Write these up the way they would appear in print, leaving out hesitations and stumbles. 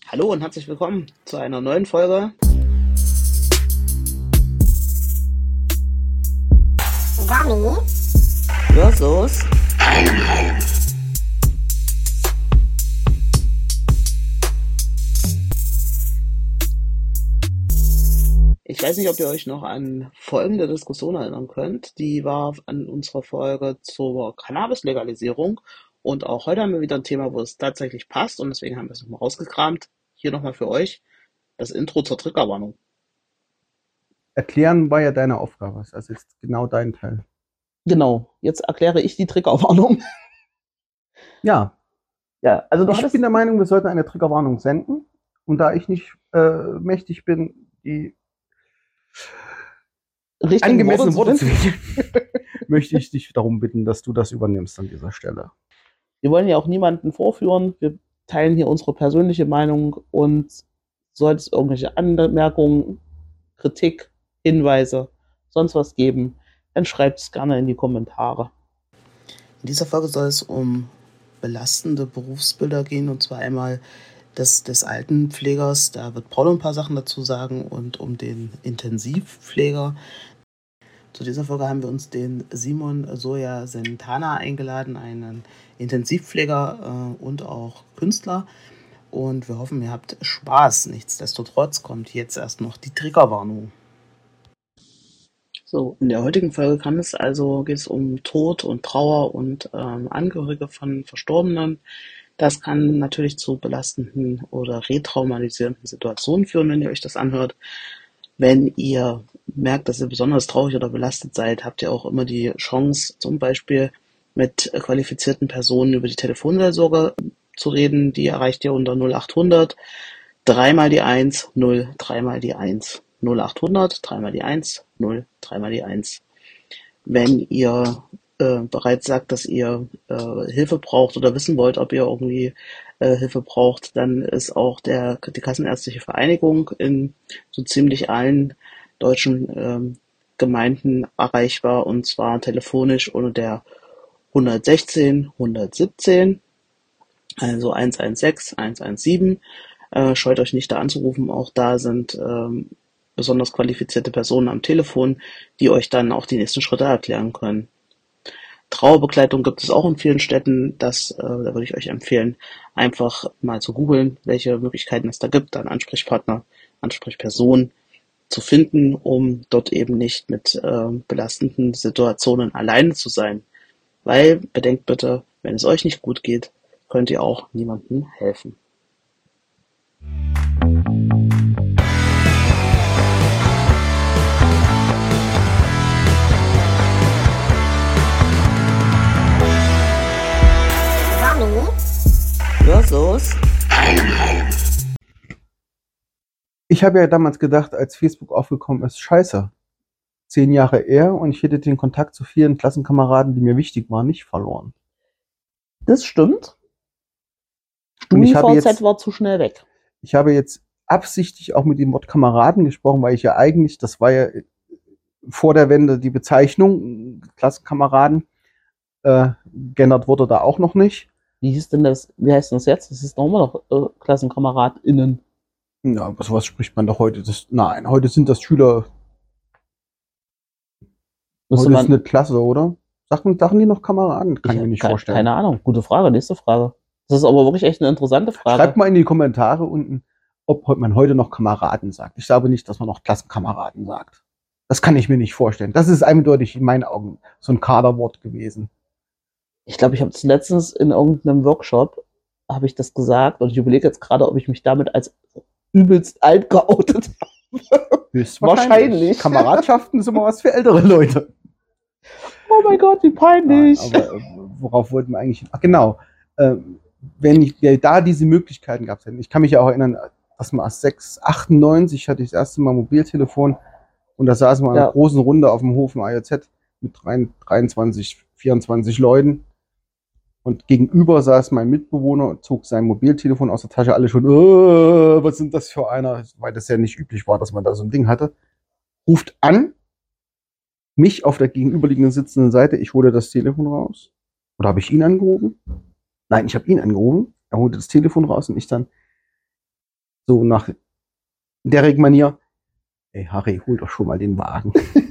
Hallo und herzlich willkommen zu einer neuen Folge Sami versus. Ich weiß nicht, ob ihr euch noch an folgende Diskussion erinnern könnt. Die war an unserer Folge zur Cannabis-Legalisierung. Und auch heute haben wir wieder ein Thema, wo es tatsächlich passt. Und deswegen haben wir es nochmal rausgekramt. Hier nochmal für euch das Intro zur Triggerwarnung. Erklären war ja deine Aufgabe. Das ist jetzt genau dein Teil. Genau, jetzt erkläre ich die Triggerwarnung. Ja, Ja, also ich bin der Meinung, wir sollten eine Triggerwarnung senden. Und da ich nicht mächtig bin, die angemessenen Worte zu finden, möchte ich dich darum bitten, dass du das übernimmst an dieser Stelle. Wir wollen ja auch niemanden vorführen. Wir teilen hier unsere persönliche Meinung und sollte es irgendwelche Anmerkungen, Kritik, Hinweise, sonst was geben, dann schreibt es gerne in die Kommentare. In dieser Folge soll es um belastende Berufsbilder gehen, und zwar einmal des Altenpflegers, da wird Paul ein paar Sachen dazu sagen, und um den Intensivpfleger. Zu dieser Folge haben wir uns den Simon Soja Sentana eingeladen, einen Intensivpfleger und auch Künstler. Und wir hoffen, ihr habt Spaß. Nichtsdestotrotz kommt jetzt erst noch die Triggerwarnung. So, in der heutigen Folge geht es um Tod und Trauer und Angehörige von Verstorbenen. Das kann natürlich zu belastenden oder retraumatisierenden Situationen führen, wenn ihr euch das anhört. Wenn ihr merkt, dass ihr besonders traurig oder belastet seid, habt ihr auch immer die Chance, zum Beispiel mit qualifizierten Personen über die Telefonseelsorge zu reden. Die erreicht ihr unter 0800 3 mal die 1 0 3 mal die 1 0800 3 mal die 1 0 3 mal die 1. Wenn ihr bereits sagt, dass ihr Hilfe braucht oder wissen wollt, ob ihr irgendwie Hilfe braucht, dann ist auch die Kassenärztliche Vereinigung in so ziemlich allen deutschen Gemeinden erreichbar, und zwar telefonisch unter der 116 117, also 116 117. Scheut euch nicht, da anzurufen. Auch da sind besonders qualifizierte Personen am Telefon, die euch dann auch die nächsten Schritte erklären können. Trauerbegleitung gibt es auch in vielen Städten. Da würde ich euch empfehlen, einfach mal zu googeln, welche Möglichkeiten es da gibt, einen Ansprechpartner, Ansprechperson zu finden, um dort eben nicht mit belastenden Situationen alleine zu sein. Weil, bedenkt bitte, wenn es euch nicht gut geht, könnt ihr auch niemandem helfen. Versus. Ich habe ja damals gedacht, als Facebook aufgekommen ist, scheiße, 10 Jahre eher und ich hätte den Kontakt zu vielen Klassenkameraden, die mir wichtig waren, nicht verloren. Das stimmt. StudiVZ war zu schnell weg. Ich habe jetzt absichtlich auch mit dem Wort Kameraden gesprochen, weil ich ja eigentlich, das war ja vor der Wende die Bezeichnung, Klassenkameraden, geändert wurde da auch noch nicht. Wie heißt denn das jetzt? Das ist doch immer noch KlassenkameradInnen. Ja, aber sowas spricht man doch heute. Nein, heute sind das Schüler. Heute ist eine Klasse, oder? Sagen die noch Kameraden? Kann ich mir nicht vorstellen. Keine Ahnung. Gute Frage. Nächste Frage. Das ist aber wirklich echt eine interessante Frage. Schreibt mal in die Kommentare unten, ob man heute noch Kameraden sagt. Ich glaube nicht, dass man noch Klassenkameraden sagt. Das kann ich mir nicht vorstellen. Das ist eindeutig in meinen Augen so ein Kaderwort gewesen. Ich glaube, ich habe es letztens in irgendeinem Workshop, habe ich das gesagt, und ich überlege jetzt gerade, ob ich mich damit als übelst alt geoutet habe. Wahrscheinlich. Kameradschaften sind immer was für ältere Leute. Oh mein Gott, wie peinlich. Aber worauf wollten wir eigentlich? Ach genau, wenn da diese Möglichkeiten gab. Ich kann mich ja auch erinnern, dass man als 98 hatte ich das erste Mal Mobiltelefon und da saßen wir in einer großen Runde auf dem Hof im AJZ mit 23, 24 Leuten. Und gegenüber saß mein Mitbewohner, zog sein Mobiltelefon aus der Tasche, alle schon, was sind das für einer? Weil das ja nicht üblich war, dass man da so ein Ding hatte. Ruft an, mich auf der gegenüberliegenden sitzenden Seite, ich hole das Telefon raus. Oder habe ich ihn angerufen? Nein, ich habe ihn angerufen. Er holte das Telefon raus und ich dann, So nach der Manier, ey Harry, hol doch schon mal den Wagen.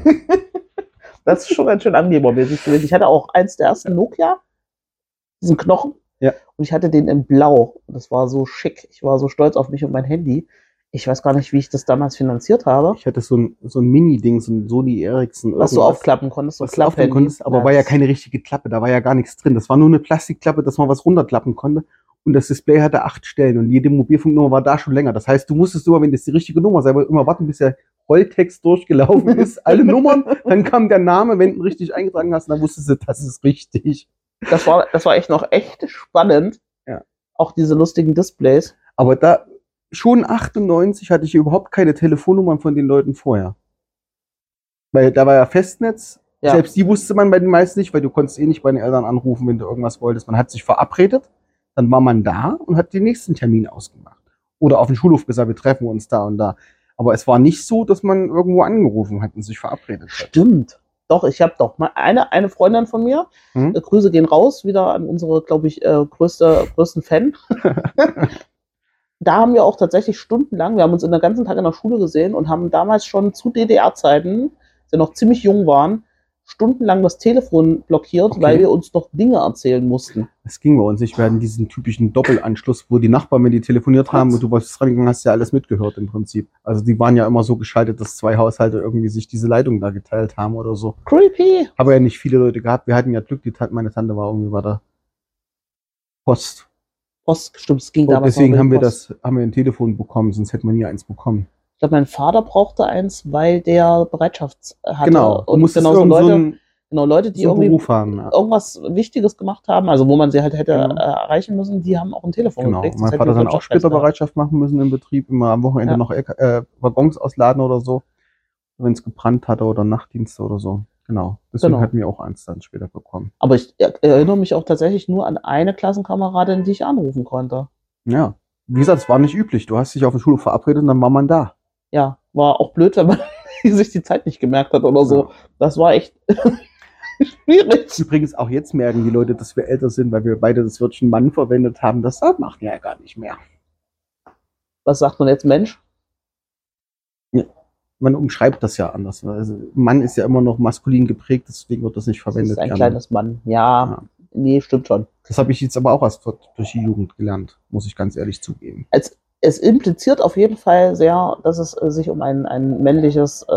Das ist schon ganz schön angebermäßig gewesen. Ich hatte auch eins der ersten Nokia, diesen Knochen. Ja. Und ich hatte den in Blau. Und das war so schick. Ich war so stolz auf mich und mein Handy. Ich weiß gar nicht, wie ich das damals finanziert habe. Ich hatte so ein Mini-Ding, so ein Sony Ericsson. Was du aufklappen konntest, so was du aufklappen konntest, aber war ja keine richtige Klappe, da war ja gar nichts drin. Das war nur eine Plastikklappe, dass man was runterklappen konnte. Und das Display hatte 8 Stellen und jede Mobilfunknummer war da schon länger. Das heißt, du musstest immer, wenn das die richtige Nummer sei, immer warten, bis der Rolltext durchgelaufen ist, alle Nummern, dann kam der Name, wenn du ihn richtig eingetragen hast, dann wusstest du, das ist richtig. Das war echt noch echt spannend. Ja. Auch diese lustigen Displays. Aber da, schon 98 hatte ich überhaupt keine Telefonnummern von den Leuten vorher. Weil da war ja Festnetz. Ja. Selbst die wusste man bei den meisten nicht, weil du konntest eh nicht bei den Eltern anrufen, wenn du irgendwas wolltest. Man hat sich verabredet, dann war man da und hat den nächsten Termin ausgemacht. Oder auf dem Schulhof gesagt, wir treffen uns da und da. Aber es war nicht so, dass man irgendwo angerufen hat und sich verabredet hat. Stimmt. Doch, ich habe doch mal eine Freundin von mir. Grüße gehen raus, wieder an unsere, glaube ich, größten Fan. Da haben wir auch tatsächlich stundenlang, wir haben uns den ganzen Tag in der Schule gesehen und haben damals schon zu DDR-Zeiten, als wir noch ziemlich jung waren, stundenlang das Telefon blockiert, okay, weil wir uns noch Dinge erzählen mussten. Das ging bei uns nicht. Wir hatten diesen typischen Doppelanschluss, wo die Nachbarn, wenn die telefoniert haben und du warst dran, hast ja alles mitgehört im Prinzip. Also die waren ja immer so geschaltet, dass 2 Haushalte irgendwie sich diese Leitung da geteilt haben oder so. Creepy! Aber ja nicht viele Leute gehabt. Wir hatten ja Glück, meine Tante war irgendwie bei der Post. Stimmt, es ging damals. Deswegen haben wir ein Telefon bekommen, sonst hätten wir nie eins bekommen. Ich glaube, mein Vater brauchte eins, weil der Bereitschafts hatte. Genau, und genau so Leute, die irgendwie haben, ja, irgendwas Wichtiges gemacht haben, also wo man sie halt hätte erreichen müssen, die haben auch ein Telefon gekriegt. Mein Vater hat dann auch später Bereitschaft machen müssen im Betrieb, immer am Wochenende noch Waggons ausladen oder so, wenn es gebrannt hatte oder Nachtdienste oder so. Genau, deswegen hatten wir auch eins dann später bekommen. Aber ich erinnere mich auch tatsächlich nur an eine Klassenkameradin, die ich anrufen konnte. Ja, wie gesagt, es war nicht üblich. Du hast dich auf dem Schulhof verabredet und dann war man da. Ja, war auch blöd, wenn man sich die Zeit nicht gemerkt hat oder so. Ja. Das war echt schwierig. Übrigens auch jetzt merken die Leute, dass wir älter sind, weil wir beide das Wörtchen Mann verwendet haben. Das macht ja gar nicht mehr. Was sagt man jetzt, Mensch? Ja, man umschreibt das ja anders. Also Mann ist ja immer noch maskulin geprägt, deswegen wird das nicht verwendet. Das ist ein kleines Mann. Ja, nee, stimmt schon. Das habe ich jetzt aber auch erst durch die Jugend gelernt, muss ich ganz ehrlich zugeben. Es impliziert auf jeden Fall sehr, dass es sich um ein männliches,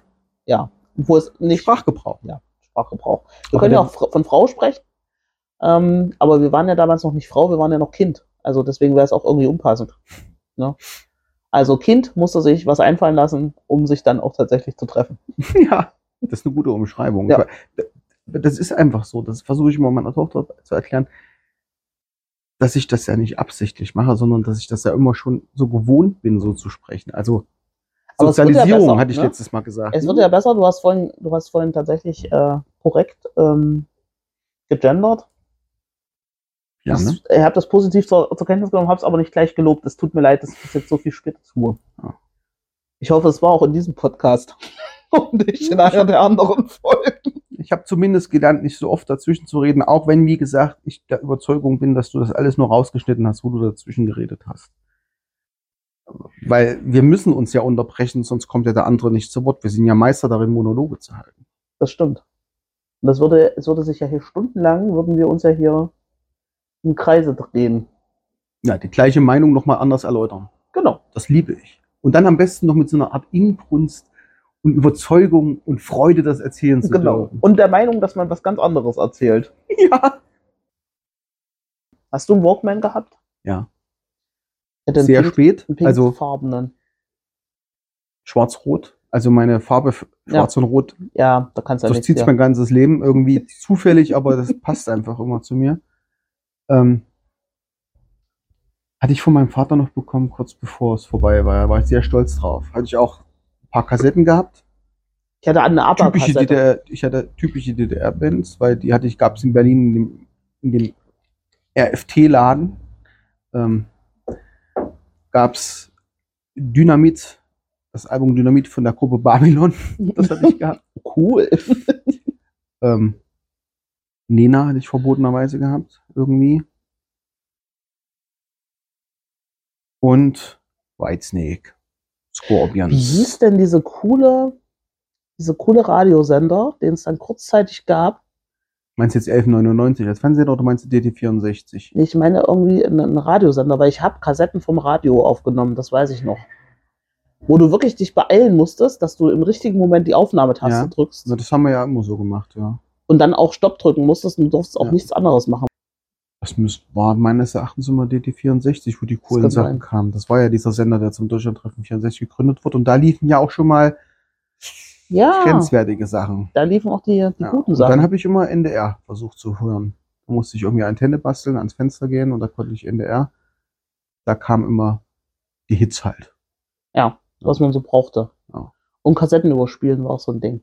wo es nicht... Sprachgebrauch. Ja, Sprachgebrauch. Wir können ja auch von Frau sprechen, aber wir waren ja damals noch nicht Frau, wir waren ja noch Kind. Also deswegen wäre es auch irgendwie unpassend. Ne? Also Kind musste sich was einfallen lassen, um sich dann auch tatsächlich zu treffen. Ja, das ist eine gute Umschreibung. Ja. Das ist einfach so. Das versuche ich immer meiner Tochter zu erklären, dass ich das ja nicht absichtlich mache, sondern dass ich das ja immer schon so gewohnt bin, so zu sprechen. Also aber Sozialisierung, besser, hatte ich letztes Mal gesagt. Es wird ja besser, du hast vorhin tatsächlich korrekt gegendert. Ja, ne? Ich habe das positiv zur Kenntnis genommen, habe es aber nicht gleich gelobt. Es tut mir leid, dass ich das jetzt so viel später tue. Ja. Ich hoffe, es war auch in diesem Podcast und nicht in einer der anderen Folgen. Ich habe zumindest gelernt, nicht so oft dazwischen zu reden, auch wenn, wie gesagt, ich der Überzeugung bin, dass du das alles nur rausgeschnitten hast, wo du dazwischen geredet hast. Weil wir müssen uns ja unterbrechen, sonst kommt ja der andere nicht zu Wort. Wir sind ja Meister darin, Monologe zu halten. Das stimmt. Und es würde sich ja hier stundenlang, würden wir uns ja hier im Kreise drehen. Ja, die gleiche Meinung nochmal anders erläutern. Genau. Das liebe ich. Und dann am besten noch mit so einer Art Inbrunst und Überzeugung und Freude, das erzählen zu dürfen. Und der Meinung, dass man was ganz anderes erzählt. Ja. Hast du einen Walkman gehabt? Ja. Sehr spät. Also farbenen. Schwarz-Rot. Also meine Farbe Schwarz und Rot. Ja, da kannst du ja nichts. Das zieht mein ganzes Leben irgendwie zufällig, aber das passt einfach immer zu mir. Hatte ich von meinem Vater noch bekommen, kurz bevor es vorbei war. Da war ich sehr stolz drauf. Hatte ich auch ein paar Kassetten gehabt. Ich hatte eine ABBA-Kassette. Ich hatte typische DDR-Bands, weil die gab es in Berlin in dem RFT-Laden. Gab es Dynamit, das Album Dynamit von der Gruppe Babylon. Das hatte ich gehabt. Cool. Nena hatte ich verbotenerweise gehabt, irgendwie. Und Whitesnake, Wie Scorpions. hieß denn diese coole Radiosender, den es dann kurzzeitig gab? Meinst du jetzt 1199 als Fernseher oder meinst du DT64? Nee, ich meine irgendwie einen Radiosender, weil ich habe Kassetten vom Radio aufgenommen, das weiß ich noch. Wo du wirklich dich beeilen musstest, dass du im richtigen Moment die Aufnahmetaste drückst. Das haben wir ja immer so gemacht, ja. Und dann auch Stopp drücken musstest und du durfst auch nichts anderes machen. Das war meines Erachtens immer DT64, wo die coolen Sachen kamen. Das war ja dieser Sender, der zum Deutschlandtreffen 64 gegründet wurde. Und da liefen ja auch schon mal grenzwertige Sachen. Da liefen auch die guten Sachen. Und dann habe ich immer NDR versucht zu hören. Da musste ich irgendwie Antenne basteln, ans Fenster gehen und da konnte ich NDR. Da kamen immer die Hits halt. Ja, was man so brauchte. Ja. Und Kassetten überspielen war auch so ein Ding.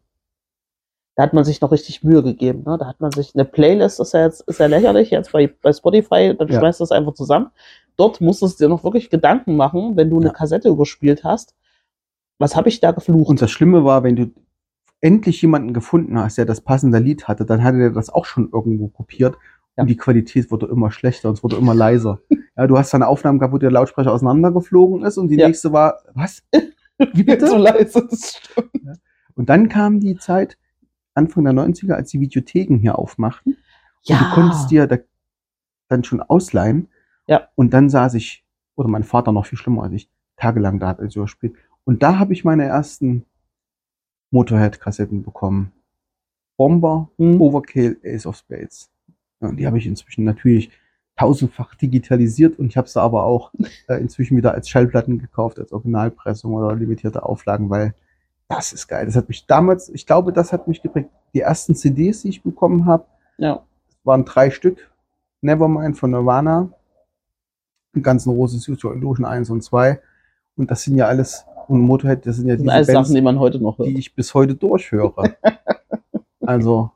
Da hat man sich noch richtig Mühe gegeben. Ne? Da hat man sich eine Playlist, ist ja lächerlich, jetzt bei Spotify, dann schmeißt du das einfach zusammen. Dort musstest du dir noch wirklich Gedanken machen, wenn du eine Kassette überspielt hast. Was habe ich da geflucht? Und das Schlimme war, wenn du endlich jemanden gefunden hast, der das passende Lied hatte, dann hatte der das auch schon irgendwo kopiert. Und die Qualität wurde immer schlechter und es wurde immer leiser. Ja, du hast dann Aufnahmen gehabt, wo der Lautsprecher auseinandergeflogen ist und die nächste war, was? Wie bitte? So leise, das stimmt. Ja. Und dann kam die Zeit, Anfang der 90er, als die Videotheken hier aufmachten. Und du konntest dir da dann schon ausleihen. Ja. Und dann saß ich, oder mein Vater noch viel schlimmer als ich, tagelang da hat er so gespielt. Und da habe ich meine ersten Motorhead-Kassetten bekommen. Bomber, Overkill, Ace of Spades. Ja, und die habe ich inzwischen natürlich tausendfach digitalisiert und ich habe sie aber auch inzwischen wieder als Schallplatten gekauft, als Originalpressung oder limitierte Auflagen, weil das ist geil. Das hat mich damals, ich glaube, das hat mich geprägt. Die ersten CDs, die ich bekommen habe, waren 3 Stück. Nevermind von Nirvana, Guns N' Roses, Illusion 1 und 2. Und das sind ja alles, und Motorhead, das sind ja diese Bands, Sachen, die man heute noch hört, die ich bis heute durchhöre. Also.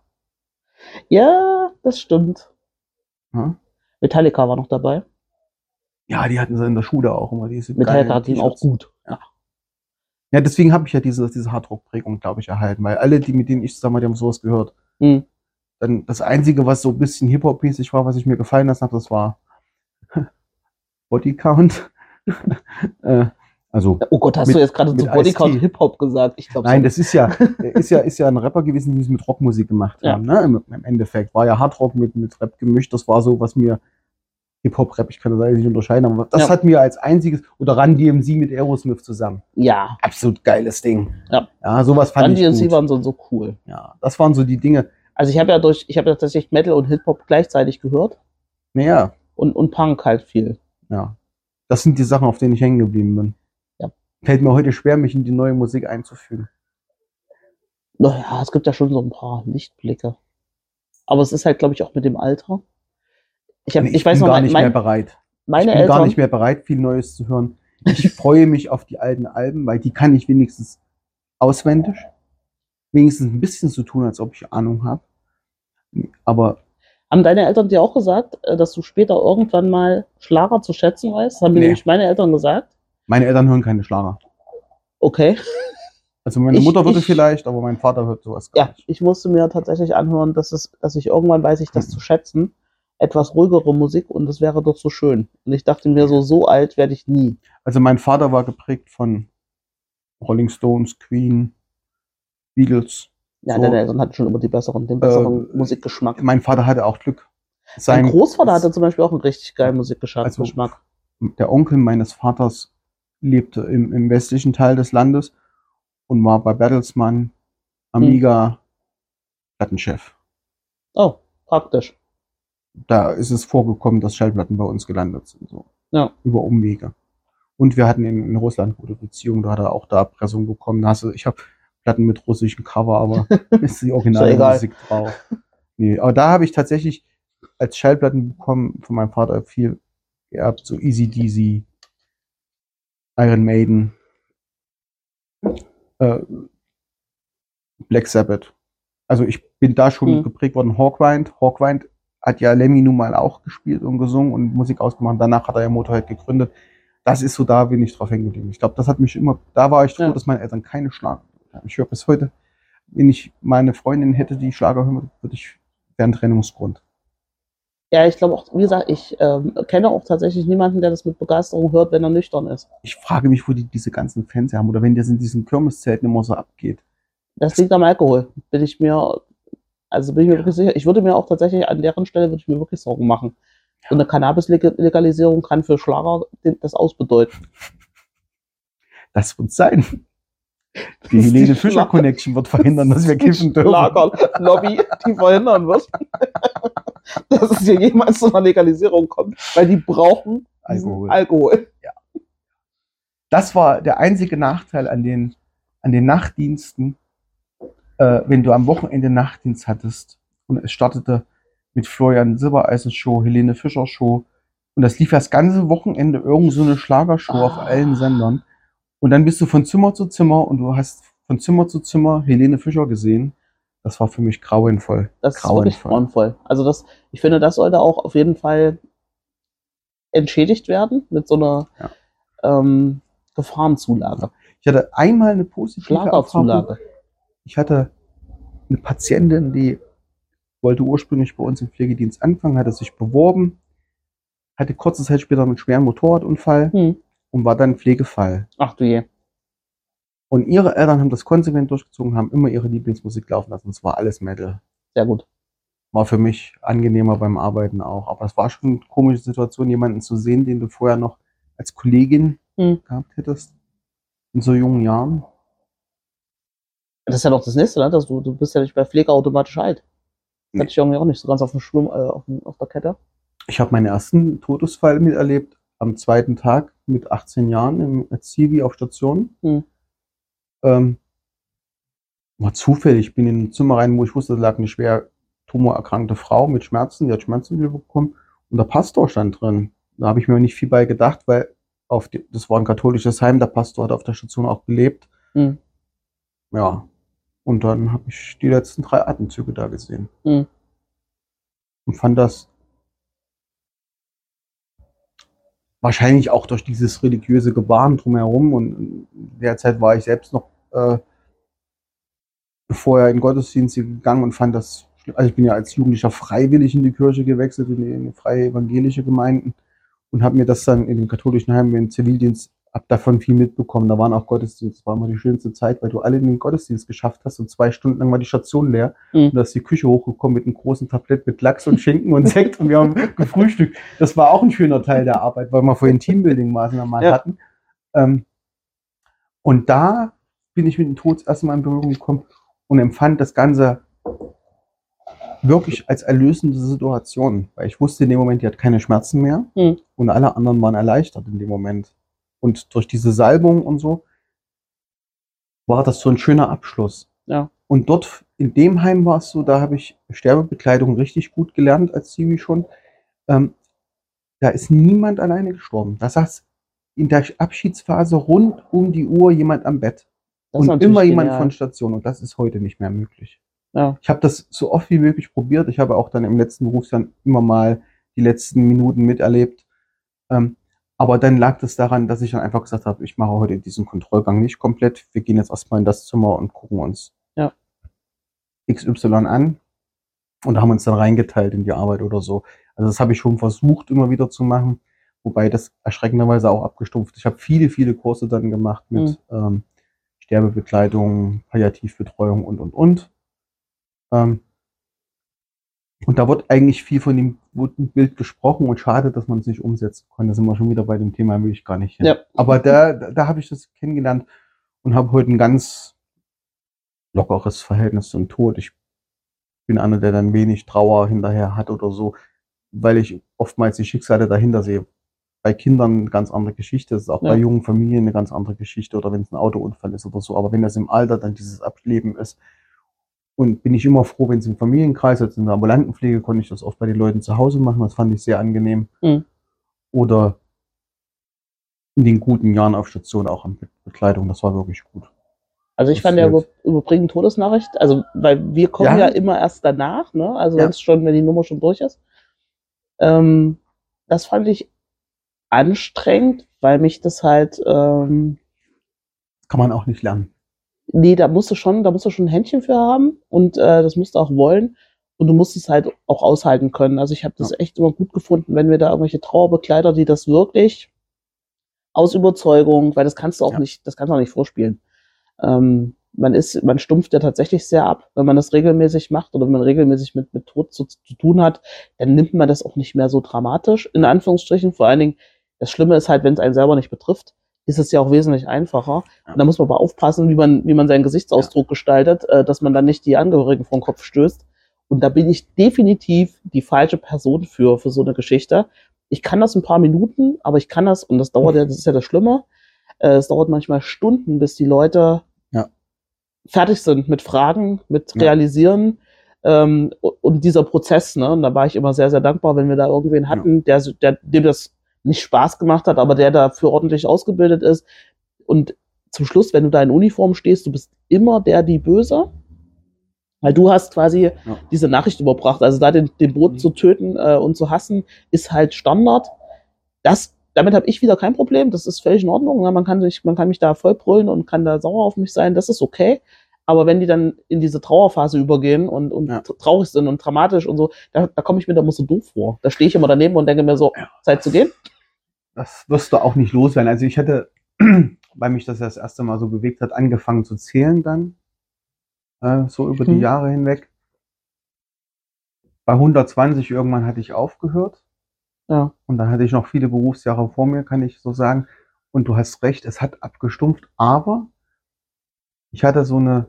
Ja, das stimmt. Ja. Metallica war noch dabei. Ja, die hatten sie in der Schule auch immer. Metallica ging auch gut. Ja, deswegen habe ich ja diese Hardrock-Prägung, glaube ich, erhalten. Weil alle, mit denen ich zusammen, die haben sowas gehört. Dann das Einzige, was so ein bisschen Hip-Hop-mäßig war, was ich mir gefallen lassen habe, das war Bodycount. Also oh Gott, hast du jetzt gerade zu Bodycount Hip-Hop gesagt? Ich glaube, nein, das ist ja ein Rapper gewesen, die es mit Rockmusik gemacht haben. Ne? Im Endeffekt war ja Hardrock mit Rap gemischt. Das war so, was mir Hip-Hop-Rap, ich kann das eigentlich nicht unterscheiden, aber das hat mir als einziges, oder Run DMC mit Aerosmith zusammen. Ja. Absolut geiles Ding. Ja, sowas fand ich gut. Run DMC waren so cool. Ja, das waren so die Dinge. Also ich habe ja tatsächlich Metal und Hip-Hop gleichzeitig gehört. Naja. Und Punk halt viel. Ja. Das sind die Sachen, auf denen ich hängen geblieben bin. Ja. Fällt mir heute schwer, mich in die neue Musik einzufügen. Naja, es gibt ja schon so ein paar Lichtblicke. Aber es ist halt, glaube ich, auch mit dem Alter. Ich weiß noch, gar nicht mehr bereit. Meine ich bin Eltern, gar nicht mehr bereit, viel Neues zu hören. Ich freue mich auf die alten Alben, weil die kann ich wenigstens auswendig. Wenigstens ein bisschen so tun, als ob ich Ahnung habe. Aber haben deine Eltern dir auch gesagt, dass du später irgendwann mal Schlager zu schätzen weißt? Das haben mir nämlich meine Eltern gesagt. Meine Eltern hören keine Schlager. Okay. Also meine Mutter würde vielleicht, aber mein Vater hört sowas gar nicht. Ich musste mir tatsächlich anhören, dass ich irgendwann weiß ich das zu schätzen. Etwas ruhigere Musik und das wäre doch so schön. Und ich dachte mir so alt werde ich nie. Also mein Vater war geprägt von Rolling Stones, Queen, Beatles. Ja, deine Eltern hatten schon immer den besseren Musikgeschmack. Mein Vater hatte auch Glück. Mein Großvater hatte zum Beispiel auch einen richtig geilen Musikgeschmack. Also der Onkel meines Vaters lebte im westlichen Teil des Landes und war bei Bertelsmann, Amiga, Plattenchef. Oh, praktisch. Da ist es vorgekommen, dass Schallplatten bei uns gelandet sind. So. Ja. Über Umwege. Und wir hatten in Russland gute Beziehungen, da hat er auch da Erpressung bekommen. Ich habe Platten mit russischem Cover, aber ist die Originalmusik drauf. Nee, aber da habe ich tatsächlich als Schallplatten bekommen von meinem Vater viel geerbt, so Easy Deasy, Iron Maiden, Black Sabbath. Also ich bin da schon geprägt worden. Hawkwind hat ja Lemmy nun mal auch gespielt und gesungen und Musik ausgemacht. Danach hat er ja Motorhead gegründet. Das ist so, da bin ich drauf hängen geblieben. Ich glaube, das hat mich immer, da war ich froh, dass meine Eltern keine Schlager haben. Ich höre bis heute, wenn ich meine Freundin hätte, die Schlager hören, wäre ein Trennungsgrund. Ja, ich glaube auch, wie gesagt, ich kenne auch tatsächlich niemanden, der das mit Begeisterung hört, wenn er nüchtern ist. Ich frage mich, wo die diese ganzen Fans haben oder wenn das in diesen Kirmeszelten immer so abgeht. Das liegt am Alkohol, bin ich mir wirklich sicher. Ich würde mir auch tatsächlich an deren Stelle würde ich mir wirklich Sorgen machen. So eine Cannabis-Legalisierung kann für Schlager das ausbedeuten. Das wird sein. Die Helene Fischer Connection wird verhindern, dass wir kiffen dürfen. Schlager-Lobby, die verhindern wird, dass es hier jemals zu einer Legalisierung kommt, weil die brauchen Alkohol. Ja. Das war der einzige Nachteil an den Nachtdiensten, wenn du am Wochenende Nachtdienst hattest und es startete mit Florian Silbereisen Show, Helene Fischer Show und das lief das ganze Wochenende irgend so eine Schlagershow auf allen Sendern und dann bist du von Zimmer zu Zimmer und du hast von Zimmer zu Zimmer Helene Fischer gesehen. Das war für mich grauenvoll. Das ist wirklich grauenvoll. Also ich finde, das sollte auch auf jeden Fall entschädigt werden mit so einer Gefahrenzulage. Ich hatte einmal eine positive Schlagerzulage. Ich hatte eine Patientin, die wollte ursprünglich bei uns im Pflegedienst anfangen, hatte sich beworben, hatte kurze Zeit später einen schweren Motorradunfall und war dann Pflegefall. Ach du je. Und ihre Eltern haben das konsequent durchgezogen, haben immer ihre Lieblingsmusik laufen lassen. Es war alles Metal. Sehr gut. War für mich angenehmer beim Arbeiten auch. Aber es war schon eine komische Situation, jemanden zu sehen, den du vorher noch als Kollegin gehabt hättest. In so jungen Jahren. Das ist ja noch das nächste, ne? Du bist ja nicht bei Pflege automatisch alt. Das hatte ich irgendwie auch nicht so ganz auf dem auf der Kette. Ich habe meinen ersten Todesfall miterlebt am zweiten Tag mit 18 Jahren als Zivi auf Station. War zufällig. Ich bin in ein Zimmer rein, wo ich wusste, da lag eine schwer tumorerkrankte Frau mit Schmerzen. Die hat Schmerzmittel bekommen. Und der Pastor stand drin. Da habe ich mir nicht viel bei gedacht, weil das war ein katholisches Heim. Der Pastor hat auf der Station auch gelebt. Ja. Und dann habe ich die letzten 3 Atemzüge da gesehen. Und fand das wahrscheinlich auch durch dieses religiöse Gebaren drumherum. Und in der Zeit war ich selbst noch vorher in Gottesdienste gegangen und fand das, also ich bin ja als Jugendlicher freiwillig in die Kirche gewechselt, in die freie evangelische Gemeinden und habe mir das dann in den katholischen Heimen im Zivildienst, hab davon viel mitbekommen. Da waren auch Gottesdienste, das war immer die schönste Zeit, weil du alle in den Gottesdienst geschafft hast und 2 Stunden lang war die Station leer und da ist die Küche hochgekommen mit einem großen Tablett mit Lachs und Schinken und Sekt und wir haben gefrühstückt. Das war auch ein schöner Teil der Arbeit, weil wir vorhin Teambuilding-Maßnahmen hatten. Und da bin ich mit dem Tod erstmal in Berührung gekommen und empfand das Ganze wirklich als erlösende Situation, weil ich wusste in dem Moment, die hat keine Schmerzen mehr und alle anderen waren erleichtert in dem Moment. Und durch diese Salbung und so war das so ein schöner Abschluss. Ja. Und dort in dem Heim war es so, da habe ich Sterbebekleidung richtig gut gelernt als Zivi schon. Da ist niemand alleine gestorben. Da saß in der Abschiedsphase rund um die Uhr jemand am Bett. Und immer jemand von Station. Und das ist heute nicht mehr möglich. Ja. Ich habe das so oft wie möglich probiert. Ich habe auch dann im letzten Berufsjahr immer mal die letzten Minuten miterlebt. Aber dann lag das daran, dass ich dann einfach gesagt habe, ich mache heute diesen Kontrollgang nicht komplett. Wir gehen jetzt erstmal in das Zimmer und gucken uns XY an. Und da haben wir uns dann reingeteilt in die Arbeit oder so. Also das habe ich schon versucht, immer wieder zu machen. Wobei das erschreckenderweise auch abgestumpft. Ich habe viele, viele Kurse dann gemacht mit Sterbebekleidung, Palliativbetreuung und. Und da wird eigentlich viel von dem guten Bild gesprochen und schade, dass man es nicht umsetzen kann. Da sind wir schon wieder bei dem Thema, will ich gar nicht hin. Ja. Aber da habe ich das kennengelernt und habe heute ein ganz lockeres Verhältnis zum Tod. Ich bin einer, der dann wenig Trauer hinterher hat oder so, weil ich oftmals die Schicksale dahinter sehe. Bei Kindern eine ganz andere Geschichte, das ist auch bei jungen Familien eine ganz andere Geschichte oder wenn es ein Autounfall ist oder so. Aber wenn das im Alter dann dieses Ableben ist, und bin ich immer froh, wenn es im Familienkreis, also in der ambulanten Pflege, konnte ich das oft bei den Leuten zu Hause machen, das fand ich sehr angenehm. Oder in den guten Jahren auf Station auch an Bekleidung, das war wirklich gut. Also ich fand ja überbringen Todesnachricht, also weil wir kommen ja immer erst danach, ne? Also wenn die Nummer schon durch ist. Das fand ich anstrengend, weil mich das halt das kann man auch nicht lernen. Nee, da musst du schon ein Händchen für haben und das musst du auch wollen. Und du musst es halt auch aushalten können. Also ich habe das echt immer gut gefunden, wenn wir da irgendwelche Trauerbegleiter, die das wirklich aus Überzeugung, weil das kannst du auch nicht, das kannst du auch nicht vorspielen. Man stumpft ja tatsächlich sehr ab, wenn man das regelmäßig macht oder wenn man regelmäßig mit Tod zu tun hat, dann nimmt man das auch nicht mehr so dramatisch, in Anführungsstrichen. Vor allen Dingen, das Schlimme ist halt, wenn es einen selber nicht betrifft, ist es ja auch wesentlich einfacher. Und da muss man aber aufpassen, wie man seinen Gesichtsausdruck gestaltet, dass man dann nicht die Angehörigen vor den Kopf stößt. Und da bin ich definitiv die falsche Person für so eine Geschichte. Ich kann das ein paar Minuten, aber ich kann das, und das dauert ja, das ist ja das Schlimme, es dauert manchmal Stunden, bis die Leute fertig sind mit Fragen, mit Realisieren und dieser Prozess. Ne? Und da war ich immer sehr, sehr dankbar, wenn wir da irgendwen hatten, dem das nicht Spaß gemacht hat, aber der dafür ordentlich ausgebildet ist. Und zum Schluss, wenn du da in Uniform stehst, du bist immer die Böse, weil du hast quasi diese Nachricht überbracht. Also da den Boten zu töten und zu hassen, ist halt Standard. Damit habe ich wieder kein Problem, das ist völlig in Ordnung. Ja, man kann mich da voll brüllen und kann da sauer auf mich sein, das ist okay. Aber wenn die dann in diese Trauerphase übergehen und traurig sind und dramatisch und so, da komme ich mir da immer so doof vor. Da stehe ich immer daneben und denke mir so, Zeit zu gehen. Das wirst du auch nicht loswerden. Also ich hätte, weil mich das erste Mal so bewegt hat, angefangen zu zählen dann, so über die Jahre hinweg. Bei 120 irgendwann hatte ich aufgehört. Ja. Und dann hatte ich noch viele Berufsjahre vor mir, kann ich so sagen. Und du hast recht, es hat abgestumpft, aber ich hatte so eine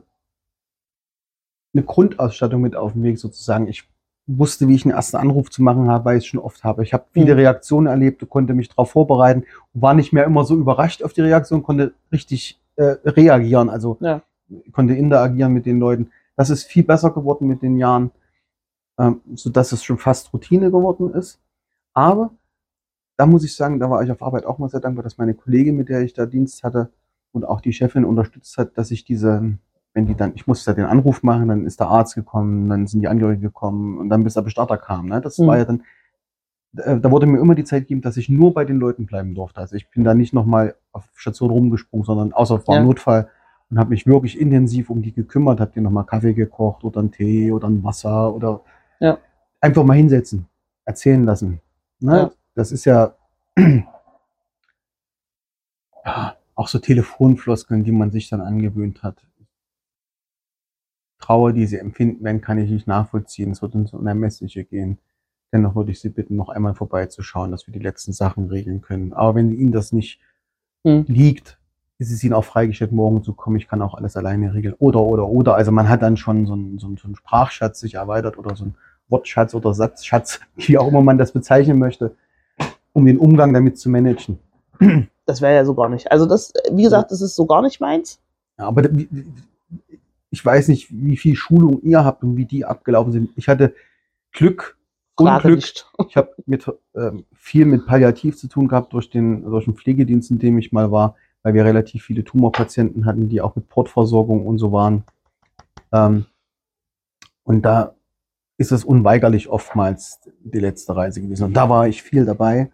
Grundausstattung mit auf dem Weg sozusagen. Ich wusste, wie ich einen ersten Anruf zu machen habe, weil ich es schon oft habe. Ich habe viele Reaktionen erlebt, konnte mich darauf vorbereiten, war nicht mehr immer so überrascht auf die Reaktion, konnte richtig reagieren, also konnte interagieren mit den Leuten. Das ist viel besser geworden mit den Jahren, sodass es schon fast Routine geworden ist. Aber da muss ich sagen, da war ich auf Arbeit auch mal sehr dankbar, dass meine Kollegin, mit der ich da Dienst hatte und auch die Chefin unterstützt hat, dass ich ich musste den Anruf machen, dann ist der Arzt gekommen, dann sind die Angehörigen gekommen und dann bis der Bestatter kam. Ne? Das war ja dann, da wurde mir immer die Zeit gegeben, dass ich nur bei den Leuten bleiben durfte. Also ich bin da nicht nochmal auf Station rumgesprungen, sondern außer es war ein Notfall und habe mich wirklich intensiv um die gekümmert, habe denen nochmal Kaffee gekocht oder einen Tee oder ein Wasser oder einfach mal hinsetzen, erzählen lassen. Ne? Das ist ja auch so Telefonfloskeln, die man sich dann angewöhnt hat. Trauer, die sie empfinden werden, kann ich nicht nachvollziehen. Es wird ins Unermessliche gehen. Dennoch würde ich Sie bitten, noch einmal vorbeizuschauen, dass wir die letzten Sachen regeln können. Aber wenn Ihnen das nicht liegt, ist es Ihnen auch freigestellt, morgen zu kommen. Ich kann auch alles alleine regeln. Oder. Also man hat dann schon so einen Sprachschatz sich erweitert oder so einen Wortschatz oder Satzschatz, wie auch immer man das bezeichnen möchte, um den Umgang damit zu managen. Das wäre ja so gar nicht. Also das, wie gesagt, das ist so gar nicht meins. Ja, aber ich weiß nicht, wie viel Schulung ihr habt und wie die abgelaufen sind. Ich hatte Glück, Unglück. Ich habe viel mit Palliativ zu tun gehabt durch den Pflegedienst, in dem ich mal war, weil wir relativ viele Tumorpatienten hatten, die auch mit Portversorgung und so waren. Und da ist es unweigerlich oftmals die letzte Reise gewesen. Und da war ich viel dabei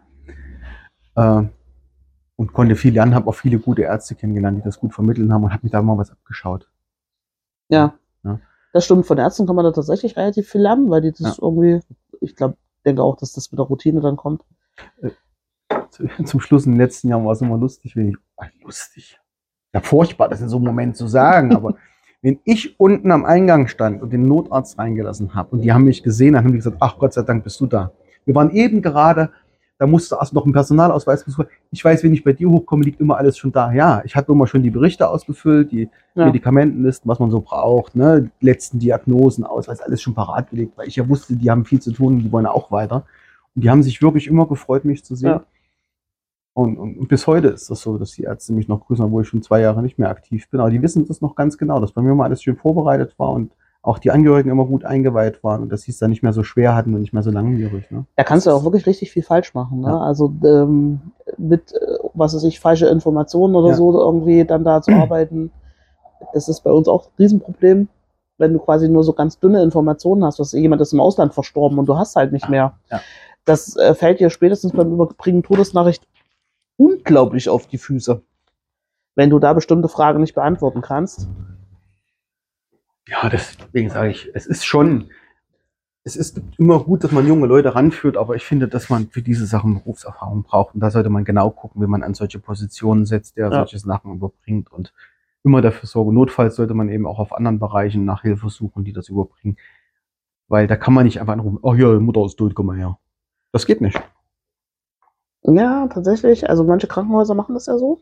und konnte viel lernen, habe auch viele gute Ärzte kennengelernt, die das gut vermitteln haben und habe mich da mal was abgeschaut. Ja, das stimmt. Von Ärzten kann man da tatsächlich relativ viel lernen, weil die das irgendwie, ich denke auch, dass das mit der Routine dann kommt. Zum Schluss in den letzten Jahren war es immer lustig, lustig. Ja, furchtbar, das in so einem Moment zu sagen, aber wenn ich unten am Eingang stand und den Notarzt reingelassen habe und die haben mich gesehen, dann haben die gesagt, ach Gott sei Dank bist du da. Wir waren eben gerade, da musste erst noch ein Personalausweis besuchen. Ich weiß, wenn ich bei dir hochkomme, liegt immer alles schon da. Ja, ich hatte immer schon die Berichte ausgefüllt, die Medikamentenlisten, was man so braucht, ne, die letzten Diagnosen, Ausweis, alles schon parat gelegt, weil ich ja wusste, die haben viel zu tun und die wollen auch weiter. Und die haben sich wirklich immer gefreut, mich zu sehen. Ja. Und bis heute ist das so, dass die Ärzte mich noch grüßen, obwohl ich schon 2 Jahre nicht mehr aktiv bin. Aber die wissen das noch ganz genau, dass bei mir mal alles schön vorbereitet war und auch die Angehörigen immer gut eingeweiht waren und dass sie es dann nicht mehr so schwer hatten und nicht mehr so langwierig. Ne? Da kannst du auch wirklich richtig viel falsch machen. Ne? Ja. Also mit, was weiß ich, falsche Informationen oder so irgendwie dann da zu arbeiten, das ist bei uns auch ein Riesenproblem, wenn du quasi nur so ganz dünne Informationen hast, dass jemand ist im Ausland verstorben und du hast halt nicht mehr. Ja. Das fällt dir spätestens beim Überbringen Todesnachricht unglaublich auf die Füße, wenn du da bestimmte Fragen nicht beantworten kannst. Ja, deswegen sage ich, es ist schon es ist immer gut, dass man junge Leute ranführt, aber ich finde, dass man für diese Sachen Berufserfahrung braucht. Und da sollte man genau gucken, wie man an solche Positionen setzt, der solche Sachen überbringt und immer dafür sorgen. Notfalls sollte man eben auch auf anderen Bereichen nach Hilfe suchen, die das überbringen. Weil da kann man nicht einfach anrufen, oh ja, Mutter ist tot, komm mal her. Das geht nicht. Ja, tatsächlich. Also manche Krankenhäuser machen das ja so.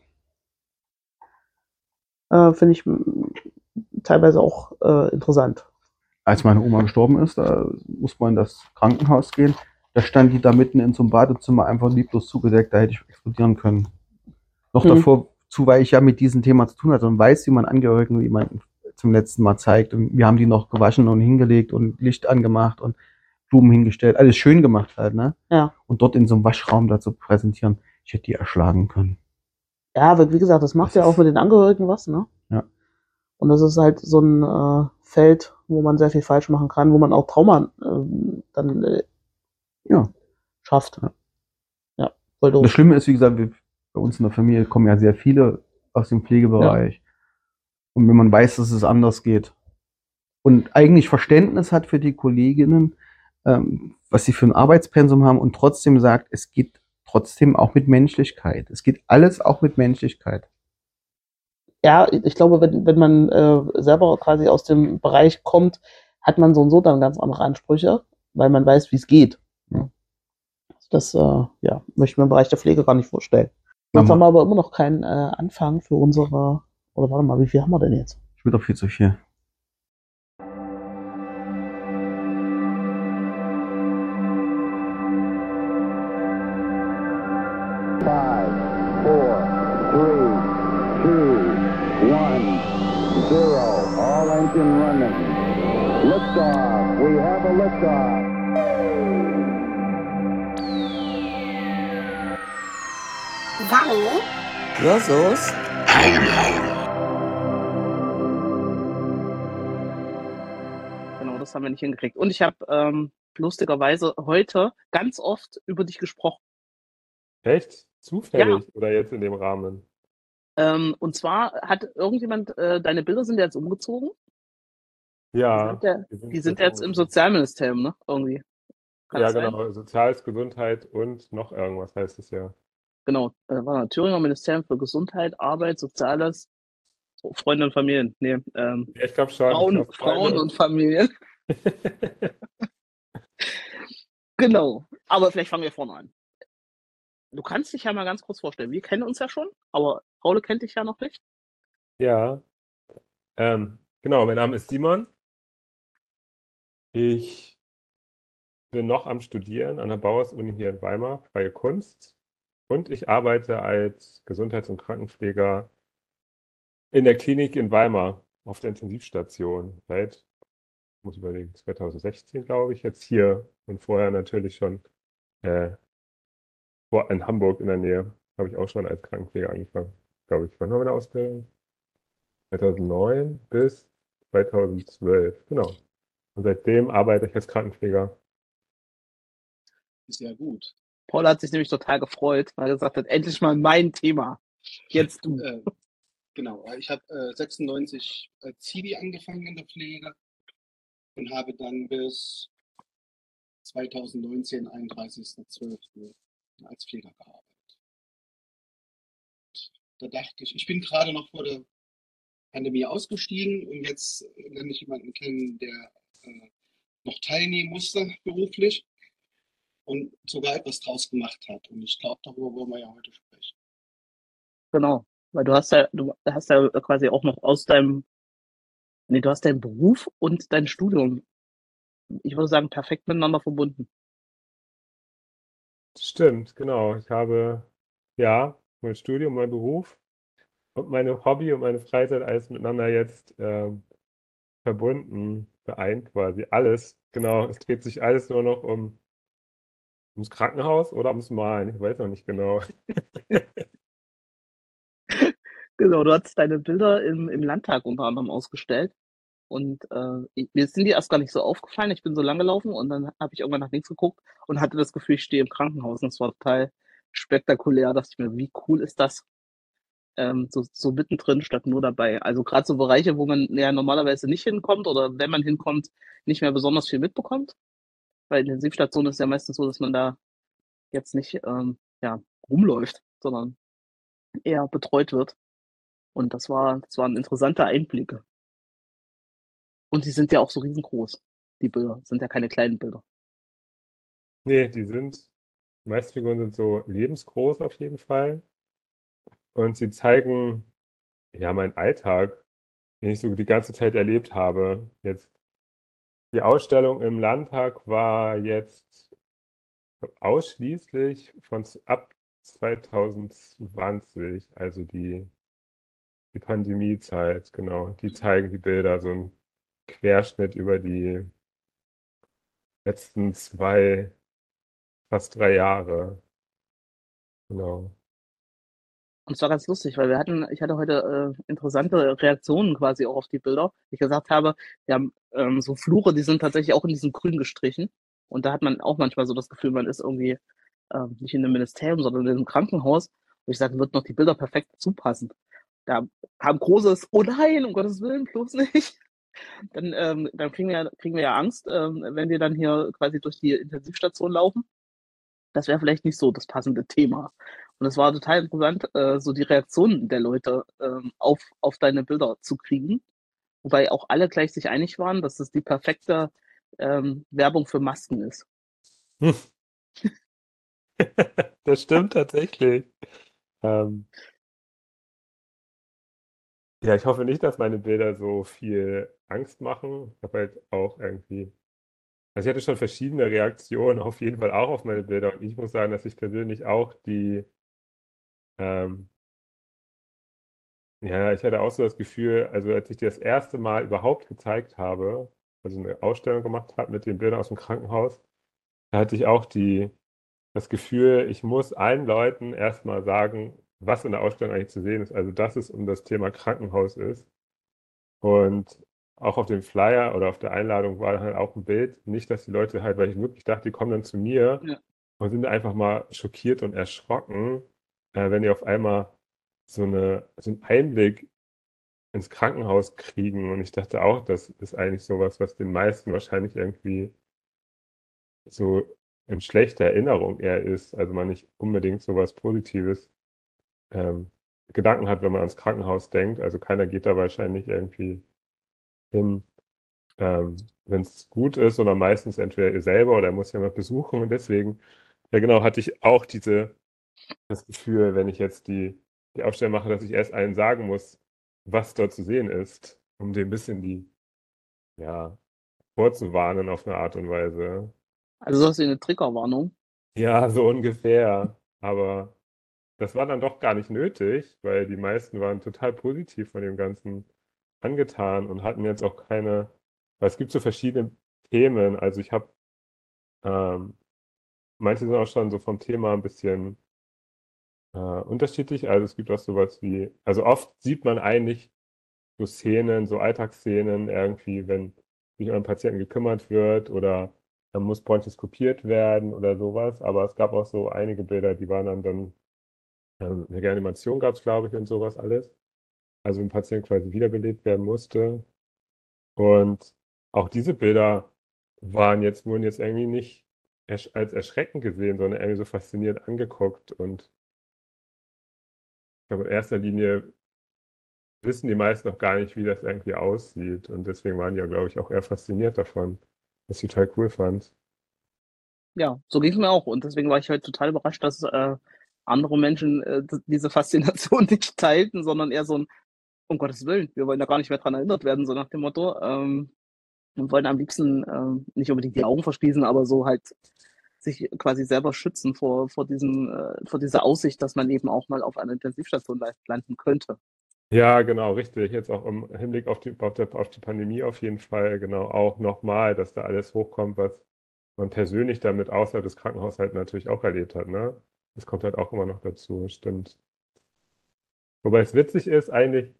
Finde ich teilweise auch interessant. Als meine Oma gestorben ist, da muss man in das Krankenhaus gehen. Da stand die da mitten in so einem Badezimmer einfach lieblos zugedeckt, da hätte ich explodieren können. Noch davor, weil ich ja mit diesem Thema zu tun hatte und weiß, wie man Angehörigen jemanden zum letzten Mal zeigt. Und wir haben die noch gewaschen und hingelegt und Licht angemacht und Blumen hingestellt. Alles schön gemacht halt, ne? Ja. Und dort in so einem Waschraum dazu präsentieren, ich hätte die erschlagen können. Ja, aber wie gesagt, das macht ja auch mit den Angehörigen was, ne? Ja. Und das ist halt so ein Feld, wo man sehr viel falsch machen kann, wo man auch Trauma dann schafft. Ja, voll doof. Das Schlimme ist, wie gesagt, bei uns in der Familie kommen ja sehr viele aus dem Pflegebereich. Ja. Und wenn man weiß, dass es anders geht und eigentlich Verständnis hat für die Kolleginnen, was sie für ein Arbeitspensum haben und trotzdem sagt, es geht trotzdem auch mit Menschlichkeit. Es geht alles auch mit Menschlichkeit. Ja, ich glaube, wenn man selber quasi aus dem Bereich kommt, hat man so und so dann ganz andere Ansprüche, weil man weiß, wie es geht. Ja. Das möchte ich mir im Bereich der Pflege gar nicht vorstellen. Jetzt haben wir aber immer noch keinen Anfang für unsere, oder warte mal, wie viel haben wir denn jetzt? Schon wieder viel zu viel. All engine running. Liftoff. We have a liftoff. Sally? Versus Genau, das haben wir nicht hingekriegt. Und ich habe lustigerweise heute ganz oft über dich gesprochen. Echt? Zufällig oder jetzt in dem Rahmen? Und zwar hat irgendjemand, deine Bilder sind ja jetzt umgezogen. Ja. Die sind jetzt im Sozialministerium, ne? Irgendwie. Kann ja, genau. Soziales, Gesundheit und noch irgendwas heißt es ja. Genau. War Thüringer Ministerium für Gesundheit, Arbeit, Soziales, Freunde und Familien. Nee, ja, ich glaube schon. Frauen und Familien. Genau. Aber vielleicht fangen wir vorne an. Du kannst dich ja mal ganz kurz vorstellen. Wir kennen uns ja schon, aber Paul kennt dich ja noch nicht. Ja. Genau, mein Name ist Simon. Ich bin noch am Studieren an der Bauhaus-Uni hier in Weimar, Freie Kunst. Und ich arbeite als Gesundheits- und Krankenpfleger in der Klinik in Weimar auf der Intensivstation seit, muss überlegen, 2016, glaube ich, jetzt hier und vorher natürlich schon in Hamburg in der Nähe. Habe ich auch schon als Krankenpfleger angefangen, glaube ich. Wann war meine Ausbildung? 2009 bis 2012, genau. Und seitdem arbeite ich als Krankenpfleger. Sehr gut. Paul hat sich nämlich total gefreut, weil er gesagt hat, endlich mal mein Thema. Jetzt du. Genau, ich habe 96 als Zivi angefangen in der Pflege und habe dann bis 2019, 31.12. als Pfleger gearbeitet. Da dachte ich bin gerade noch vor der Pandemie ausgestiegen und jetzt lerne ich jemanden kennen, der noch teilnehmen musste beruflich und sogar etwas draus gemacht hat. Und ich glaube, darüber wollen wir ja heute sprechen. Genau, weil du hast ja quasi auch noch du hast deinen Beruf und dein Studium, ich würde sagen, perfekt miteinander verbunden. Stimmt, genau. Ich habe, ja, mein Studium, mein Beruf und meine Hobby und meine Freizeit alles miteinander jetzt verbunden, vereint quasi. Alles, genau. Es dreht sich alles nur noch ums Krankenhaus oder ums Malen. Ich weiß noch nicht genau. Genau, du hast deine Bilder im Landtag unter anderem ausgestellt. Und mir sind die erst gar nicht so aufgefallen. Ich bin so lang gelaufen und dann habe ich irgendwann nach links geguckt und hatte das Gefühl, ich stehe im Krankenhaus. Und das war total spektakulär. Da dachte ich mir, wie cool ist das? So mittendrin statt nur dabei. Also gerade so Bereiche, wo man ja normalerweise nicht hinkommt oder wenn man hinkommt, nicht mehr besonders viel mitbekommt. Bei Intensivstationen ist es ja meistens so, dass man da jetzt nicht rumläuft, sondern eher betreut wird. Und das waren interessante Einblicke. Und die sind ja auch so riesengroß. Die Bilder sind ja keine kleinen Bilder. Nee, die meisten Figuren sind so lebensgroß auf jeden Fall. Und sie zeigen ja meinen Alltag, den ich so die ganze Zeit erlebt habe. Jetzt die Ausstellung im Landtag war jetzt ausschließlich ab 2020, also die Pandemiezeit, genau. Die zeigen die Bilder, so ein Querschnitt über die letzten fast 3 Jahre. Genau. Und es war ganz lustig, weil ich hatte heute interessante Reaktionen quasi auch auf die Bilder. Ich gesagt habe, wir haben so Flure, die sind tatsächlich auch in diesem Grün gestrichen. Und da hat man auch manchmal so das Gefühl, man ist irgendwie nicht in einem Ministerium, sondern in einem Krankenhaus. Und ich sage, wird noch die Bilder perfekt dazu passen. Da haben großes, oh nein, um Gottes Willen, bloß nicht. Dann kriegen wir ja Angst, wenn wir dann hier quasi durch die Intensivstation laufen. Das wäre vielleicht nicht so das passende Thema. Und es war total interessant, so die Reaktionen der Leute auf deine Bilder zu kriegen. Wobei auch alle gleich sich einig waren, dass es die perfekte Werbung für Masken ist. Das stimmt tatsächlich. Ja, ich hoffe nicht, dass meine Bilder so viel Angst machen. Ich habe halt auch irgendwie, also ich hatte schon verschiedene Reaktionen, auf jeden Fall auch auf meine Bilder. Und ich muss sagen, dass ich persönlich auch ja, ich hatte auch so das Gefühl, also als ich die das erste Mal überhaupt gezeigt habe, also eine Ausstellung gemacht habe mit den Bildern aus dem Krankenhaus, da hatte ich auch das Gefühl, ich muss allen Leuten erstmal sagen, was in der Ausstellung eigentlich zu sehen ist. Also, dass es um das Thema Krankenhaus ist. Und auch auf dem Flyer oder auf der Einladung war halt auch ein Bild. Nicht, dass die Leute halt, weil ich wirklich dachte, die kommen dann zu mir Ja. und sind einfach mal schockiert und erschrocken, wenn die auf einmal so einen Einblick ins Krankenhaus kriegen. Und ich dachte auch, das ist eigentlich sowas, was den meisten wahrscheinlich irgendwie so in schlechter Erinnerung eher ist. Also man nicht unbedingt sowas Positives Gedanken hat, wenn man ans Krankenhaus denkt. Also keiner geht da wahrscheinlich irgendwie hin, wenn es gut ist, sondern meistens entweder ihr selber oder er muss jemand besuchen. Und deswegen, ja genau, hatte ich auch das Gefühl, wenn ich jetzt die Ausstellung mache, dass ich erst allen sagen muss, was dort zu sehen ist, um dem ein bisschen ja, vorzuwarnen auf eine Art und Weise. Also sowas wie eine Triggerwarnung. Ja, so ungefähr. Aber das war dann doch gar nicht nötig, weil die meisten waren total positiv von dem Ganzen angetan und hatten jetzt auch weil es gibt so verschiedene Themen. Also ich habe, manche sind auch schon so vom Thema ein bisschen unterschiedlich. Also es gibt auch sowas wie, also oft sieht man eigentlich so Szenen, so Alltagsszenen irgendwie, wenn sich um einen Patienten gekümmert wird oder dann muss bronchoskopiert werden oder sowas. Aber es gab auch so einige Bilder, die waren dann eine Reanimation gab es, glaube ich, und sowas alles. Also ein Patient quasi wiederbelebt werden musste. Und auch diese Bilder wurden jetzt irgendwie nicht als erschreckend gesehen, sondern irgendwie so fasziniert angeguckt. Und ich glaube, in erster Linie wissen die meisten noch gar nicht, wie das irgendwie aussieht. Und deswegen waren die ja, glaube ich, auch eher fasziniert davon, was ich total cool fand. Ja, so ging es mir auch. Und deswegen war ich halt total überrascht, dass andere Menschen diese Faszination nicht teilten, sondern eher so ein, um Gottes Willen, wir wollen da gar nicht mehr dran erinnert werden, so nach dem Motto. Und wollen am liebsten nicht unbedingt die Augen verschließen, aber so halt sich quasi selber schützen vor dieser Aussicht, dass man eben auch mal auf einer Intensivstation landen könnte. Ja, genau, richtig. Jetzt auch im Hinblick auf die Pandemie auf jeden Fall, genau, auch nochmal, dass da alles hochkommt, was man persönlich damit außerhalb des Krankenhauses halt natürlich auch erlebt hat, ne? Das kommt halt auch immer noch dazu, stimmt. Wobei es witzig ist, eigentlich,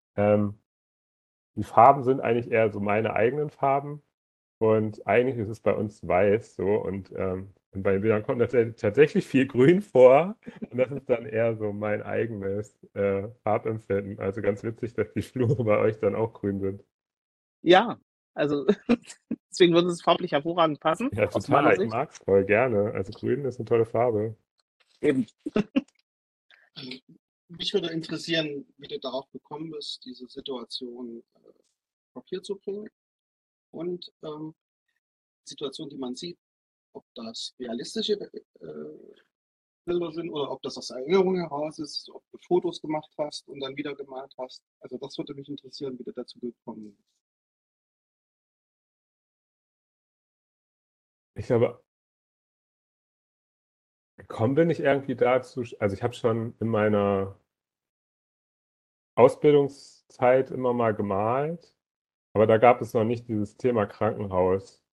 die Farben sind eigentlich eher so meine eigenen Farben und eigentlich ist es bei uns weiß so und bei den Bildern kommt tatsächlich viel Grün vor und das ist dann eher so mein eigenes Farbempfinden. Also ganz witzig, dass die Flure bei euch dann auch grün sind. Ja, also Deswegen würde es farblich hervorragend passen, Ja, aus meiner total. Ich Sicht. mag es voll gerne. Also grün ist eine tolle Farbe. Eben. Mich würde interessieren, wie du darauf gekommen bist, diese Situation auf Papier zu bringen und Situationen, die man sieht, ob das realistische Bilder sind oder ob das aus Erinnerung heraus ist, ob du Fotos gemacht hast und dann wieder gemalt hast. Also das würde mich interessieren, wie du dazu gekommen bist. Ich glaube, gekommen bin ich irgendwie dazu, also ich habe schon in meiner Ausbildungszeit immer mal gemalt, aber da gab es noch nicht dieses Thema Krankenhaus,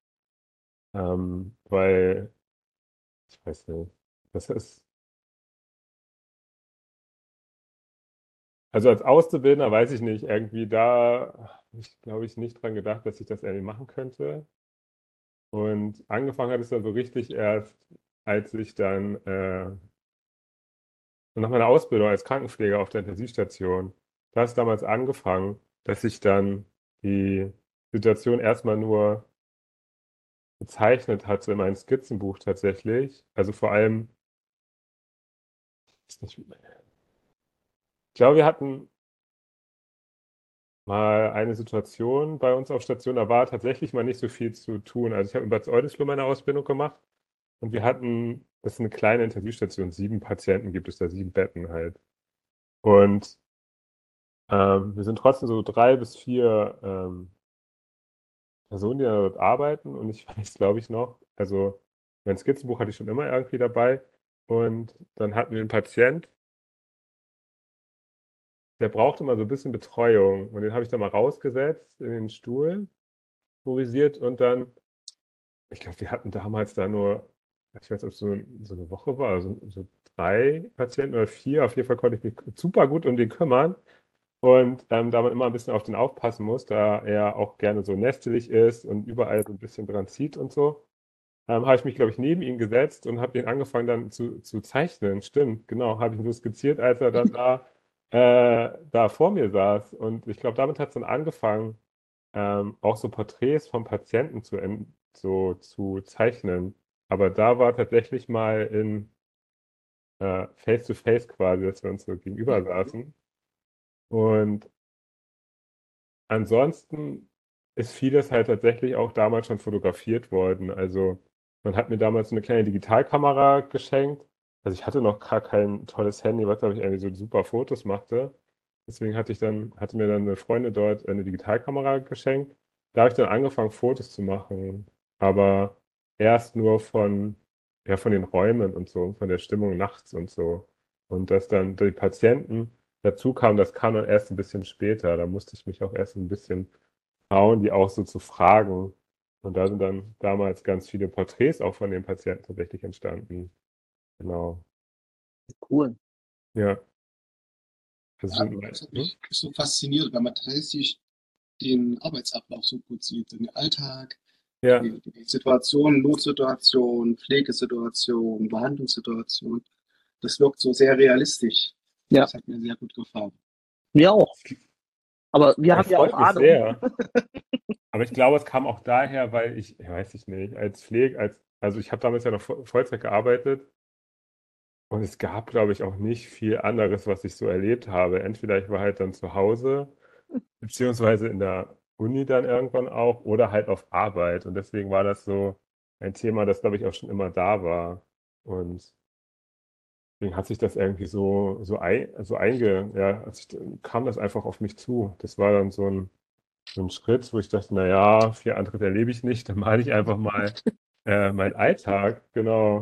weil, ich weiß nicht, das ist, also als Auszubildender weiß ich nicht, irgendwie da habe ich, glaube ich, nicht dran gedacht, dass ich das irgendwie machen könnte. Und angefangen hat es dann so richtig erst, als ich dann nach meiner Ausbildung als Krankenpfleger auf der Intensivstation, da ist damals angefangen, dass ich dann die Situation erstmal nur gezeichnet hatte in meinem Skizzenbuch tatsächlich. Also vor allem, ich glaube, wir hatten mal eine Situation bei uns auf Station, da war tatsächlich mal nicht so viel zu tun. Also ich habe in Bad Oldesloe meine Ausbildung gemacht und wir hatten, das ist eine kleine Intensivstation, 7 Patienten gibt es da, 7 Betten halt. Und wir sind trotzdem so 3 bis 4 Personen, die da dort arbeiten. Und ich weiß, glaube ich, noch, also mein Skizzenbuch hatte ich schon immer irgendwie dabei. Und dann hatten wir einen Patient, der brauchte mal so ein bisschen Betreuung. Und den habe ich dann mal rausgesetzt in den Stuhl, improvisiert. Und dann, ich glaube, wir hatten damals da nur, ich weiß nicht, ob es so eine Woche war, also so 3 Patienten oder 4. Auf jeden Fall konnte ich mich super gut um den kümmern. Und da man immer ein bisschen auf den aufpassen muss, da er auch gerne so nestelig ist und überall so ein bisschen dran zieht und so, habe ich mich, glaube ich, neben ihn gesetzt und habe ihn angefangen dann zu zeichnen. Stimmt, genau, habe ich ihn so skizziert, als er dann da vor mir saß. Und ich glaube, damit hat es dann angefangen, auch so Porträts vom Patienten so zu zeichnen. Aber da war tatsächlich mal in Face-to-Face quasi, dass wir uns so gegenüber saßen. Und ansonsten ist vieles halt tatsächlich auch damals schon fotografiert worden. Also man hat mir damals so eine kleine Digitalkamera geschenkt. Also ich hatte noch gar kein tolles Handy, was glaube ich irgendwie so super Fotos machte. Deswegen hatte mir dann eine Freundin dort eine Digitalkamera geschenkt. Da habe ich dann angefangen, Fotos zu machen. Aber erst nur ja, von den Räumen und so, von der Stimmung nachts und so. Und dass dann die Patienten dazu kam, das kam dann erst ein bisschen später. Da musste ich mich auch erst ein bisschen trauen, die auch so zu fragen. Und da sind dann damals ganz viele Porträts auch von den Patienten tatsächlich entstanden. Genau. Cool. Ja. Das Ja, sind, das hat mich so fasziniert, weil man tatsächlich den Arbeitsablauf so gut sieht, den Alltag, ja, die Situation, Notsituation, Pflegesituation, Behandlungssituation. Das wirkt so sehr realistisch. Ja. Das hat mir sehr gut gefallen. Mir auch. Aber wir das haben ja auch freut mich Ahnung. sehr. Aber ich glaube, es kam auch daher, weil ich weiß ich nicht, also ich habe damals ja noch Vollzeit gearbeitet und es gab, glaube ich, auch nicht viel anderes, was ich so erlebt habe. Entweder ich war halt dann zu Hause, beziehungsweise in der Uni dann irgendwann auch, oder halt auf Arbeit. Und deswegen war das so ein Thema, das, glaube ich, auch schon immer da war. Und deswegen hat sich das irgendwie ja, kam das einfach auf mich zu. Das war dann so ein Schritt, wo ich dachte, naja, viel anderes erlebe ich nicht, dann male ich einfach mal meinen Alltag, genau.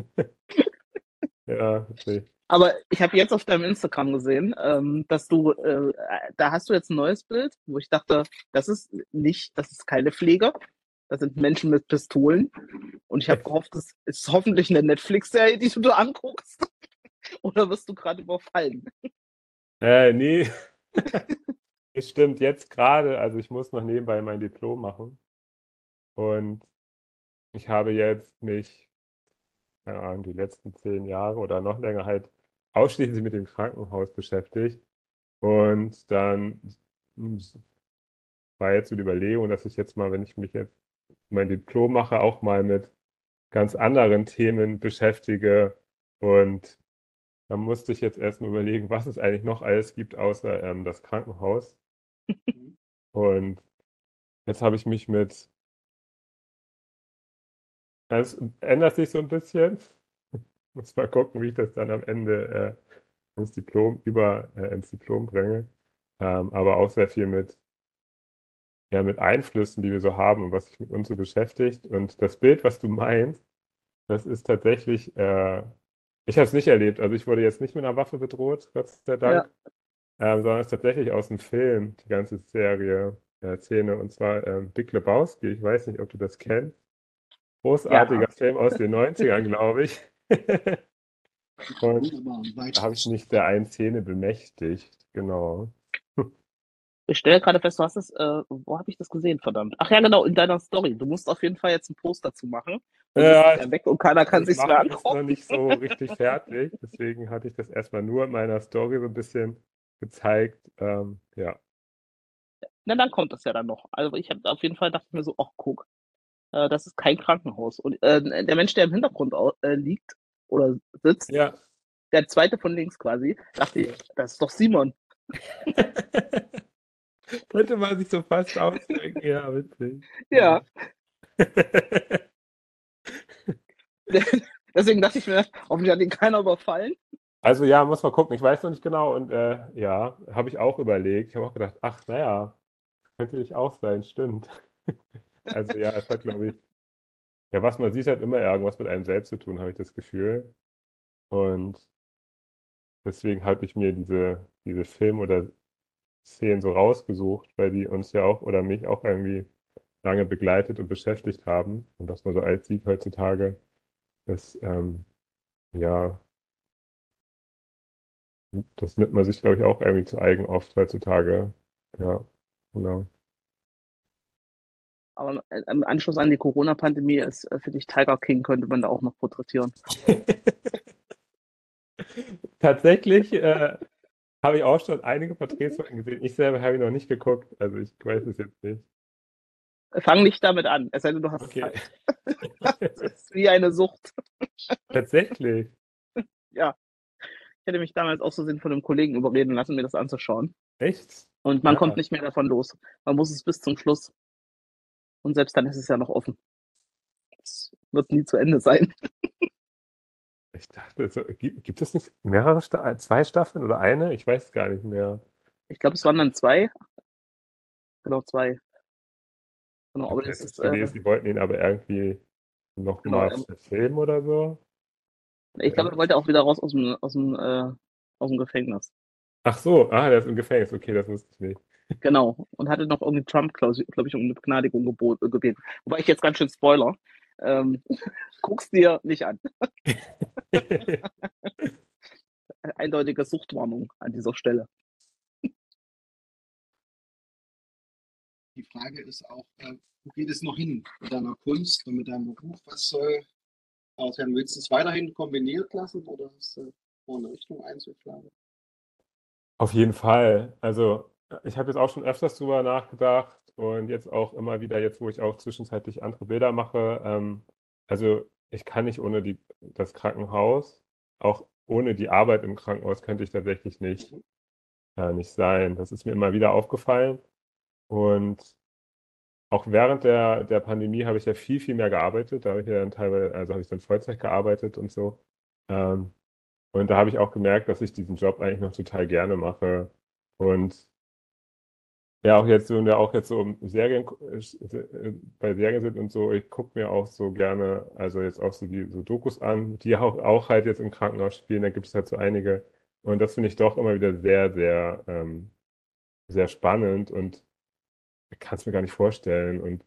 Ja, witzig. Aber ich habe jetzt auf deinem Instagram gesehen, dass da hast du jetzt ein neues Bild, wo ich dachte, das ist keine Pflege, das sind Menschen mit Pistolen. Und ich habe gehofft, das ist hoffentlich eine Netflix-Serie, die du da anguckst. Oder wirst du gerade überfallen? Nee, es stimmt jetzt gerade, also ich muss noch nebenbei mein Diplom machen und ich habe jetzt mich, keine Ahnung, die letzten 10 Jahre oder noch länger halt ausschließlich mit dem Krankenhaus beschäftigt und dann war jetzt so die Überlegung, dass ich jetzt mal, wenn ich mich jetzt mein Diplom mache, auch mal mit ganz anderen Themen beschäftige. Und da musste ich jetzt erstmal überlegen, was es eigentlich noch alles gibt, außer das Krankenhaus. Und jetzt habe ich mich es ändert sich so ein bisschen. Muss mal gucken, wie ich das dann am Ende ins Diplom bringe. Aber auch sehr viel mit Einflüssen, die wir so haben und was sich mit uns so beschäftigt. Und das Bild, was du meinst, das ist tatsächlich, ich habe es nicht erlebt. Also ich wurde jetzt nicht mit einer Waffe bedroht, Gott sei Dank, sondern es ist tatsächlich aus dem Film, die ganze Szene, und zwar Big Lebowski. Ich weiß nicht, ob du das kennst. Großartiger Film aus den 90ern, glaube ich. Und da habe ich mich der einen Szene bemächtigt, genau. Ich stelle gerade fest, du hast es, wo habe ich das gesehen, verdammt? Ach ja, genau, in deiner Story. Du musst auf jeden Fall jetzt ein Post dazu machen. Und Ja, ist ja weg und keiner kann ich sich's mehr mache das noch angucken. nicht so richtig fertig, deswegen hatte ich das erstmal nur in meiner Story so ein bisschen gezeigt. Ja. Na, dann kommt das ja dann noch. Also ich habe auf jeden Fall dachte ich mir so, ach guck, das ist kein Krankenhaus. Und der Mensch, der im Hintergrund liegt oder sitzt, Ja. der zweite von links quasi, dachte ich, das ist doch Simon. Könnte man sich so fast ausdenken, ja, witzig. Ja. Deswegen dachte ich mir, hoffentlich hat ihn keiner überfallen. Also ja, muss man gucken. Ich weiß noch nicht genau. Und ja, habe ich auch überlegt. Ich habe auch gedacht, ach, naja, könnte ich auch sein, stimmt. Also ja, es hat, glaube ich, ja, was man sieht, hat immer irgendwas mit einem selbst zu tun, habe ich das Gefühl. Und deswegen habe ich mir diese Film- oder Szenen so rausgesucht, weil die uns ja auch oder mich auch irgendwie lange begleitet und beschäftigt haben. Und was man so als sieht heutzutage, ist, ja, das nimmt man sich, glaube ich, auch irgendwie zu eigen oft heutzutage. Ja, genau. Aber im Anschluss an die Corona-Pandemie ist, finde ich, Tiger King könnte man da auch noch porträtieren. Tatsächlich habe ich auch schon einige Porträts von ihm gesehen. Ich selber habe ihn noch nicht geguckt, also ich weiß es jetzt nicht. Fang nicht damit an, es sei denn, du hast Okay. Zeit. Das ist wie eine Sucht. Tatsächlich. Ja. Ich hätte mich damals auch so von einem Kollegen überreden lassen, mir das anzuschauen. Echt? Und man Ja. kommt nicht mehr davon los. Man muss es bis zum Schluss. Und selbst dann ist es ja noch offen. Es wird nie zu Ende sein. Ich dachte, gibt es nicht mehrere zwei Staffeln oder eine? Ich weiß es gar nicht mehr. Ich glaube, es waren dann 2. Genau, 2. Genau, aber Ich das habe ist, gelesen, die wollten ihn aber irgendwie noch genau, mal verfilmen oder so. ich glaube, er wollte auch wieder raus aus dem Gefängnis. Ach so, der ist im Gefängnis. Okay, das wusste ich nicht. Genau. Und hatte noch irgendwie Trump, glaube ich, um eine Begnadigung gebeten. Wobei ich jetzt ganz schön Spoiler. Guck's dir nicht an. Eindeutige Suchtwarnung an dieser Stelle. Die Frage ist auch, wo geht es noch hin mit deiner Kunst und mit deinem Beruf? Was soll aus werden? Willst du es weiterhin kombiniert lassen oder hast du vor, eine Richtung einzuschlagen? Auf jeden Fall. Also ich habe jetzt auch schon öfters drüber nachgedacht und jetzt auch immer wieder, jetzt wo ich auch zwischenzeitlich andere Bilder mache. Also ich kann nicht ohne das Krankenhaus, auch ohne die Arbeit im Krankenhaus könnte ich tatsächlich nicht sein. Das ist mir immer wieder aufgefallen. Und auch während der Pandemie habe ich ja viel, viel mehr gearbeitet. Da habe ich ja dann teilweise, also habe ich dann Vollzeit gearbeitet und so. Ähm, und da habe ich auch gemerkt, dass ich diesen Job eigentlich noch total gerne mache. Und ja, auch jetzt so Serien, bei Serien sind und so, ich gucke mir auch so gerne, also jetzt auch so Dokus an, die auch halt jetzt im Krankenhaus spielen, da gibt es halt so einige. Und das finde ich doch immer wieder sehr, sehr, sehr spannend und ich kann es mir gar nicht vorstellen. Und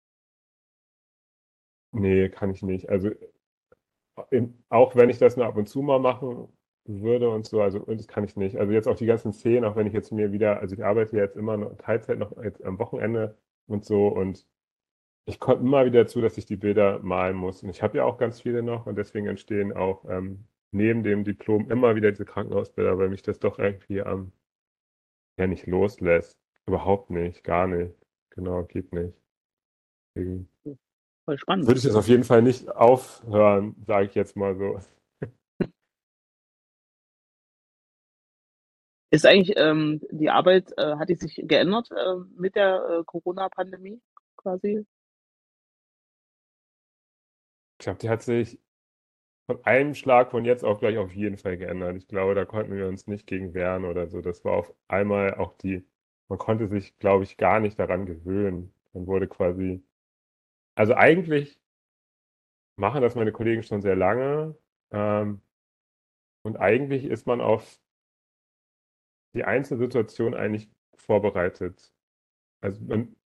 nee, kann ich nicht. Also auch wenn ich das nur ab und zu mal machen würde und so, also das kann ich nicht. Also jetzt auch die ganzen Szenen, auch wenn ich jetzt mir wieder, also ich arbeite jetzt immer noch Teilzeit noch jetzt am Wochenende und so und ich komme immer wieder dazu, dass ich die Bilder malen muss. Und ich habe ja auch ganz viele noch und deswegen entstehen auch neben dem Diplom immer wieder diese Krankenhausbilder, weil mich das doch irgendwie ja nicht loslässt. Überhaupt nicht, gar nicht. Genau, geht nicht. Deswegen. Voll spannend. würde ich jetzt auf jeden Fall nicht aufhören, sage ich jetzt mal so. Ist eigentlich die Arbeit, hat die sich geändert mit der Corona-Pandemie quasi? Ich glaube, die hat sich von einem Schlag von jetzt auf gleich auf jeden Fall geändert. Ich glaube, da konnten wir uns nicht gegen wehren oder so. Das war auf einmal auch man konnte sich, glaube ich, gar nicht daran gewöhnen. Man wurde quasi, also eigentlich machen das meine Kollegen schon sehr lange. Ähm, und eigentlich ist man auf die Einzelsituation eigentlich vorbereitet. Also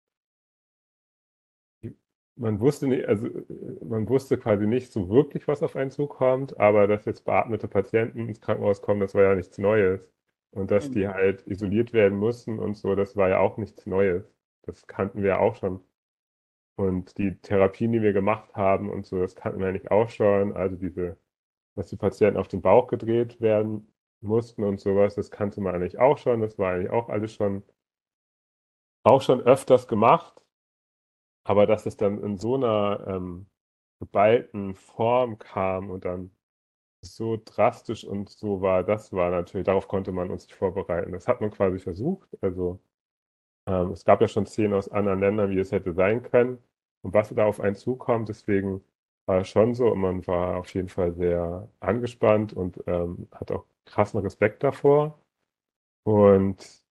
man wusste nicht, also man wusste quasi nicht so wirklich, was auf einen zukommt, aber dass jetzt beatmete Patienten ins Krankenhaus kommen, das war ja nichts Neues. Und dass die halt isoliert werden mussten und so, das war ja auch nichts Neues. Das kannten wir auch schon. Und die Therapien, die wir gemacht haben und so, das kannten wir eigentlich auch schon. Also dass die Patienten auf den Bauch gedreht werden mussten und sowas, das kannte man eigentlich auch schon. Das war eigentlich auch alles auch schon öfters gemacht. Aber dass es dann in so einer geballten Form kam und dann so drastisch und so war, das war natürlich, darauf konnte man uns nicht vorbereiten. Das hat man quasi versucht. Also es gab ja schon Szenen aus anderen Ländern, wie es hätte sein können und was da auf einen zukommt. Deswegen war es schon so und man war auf jeden Fall sehr angespannt und hat auch krassen Respekt davor. Und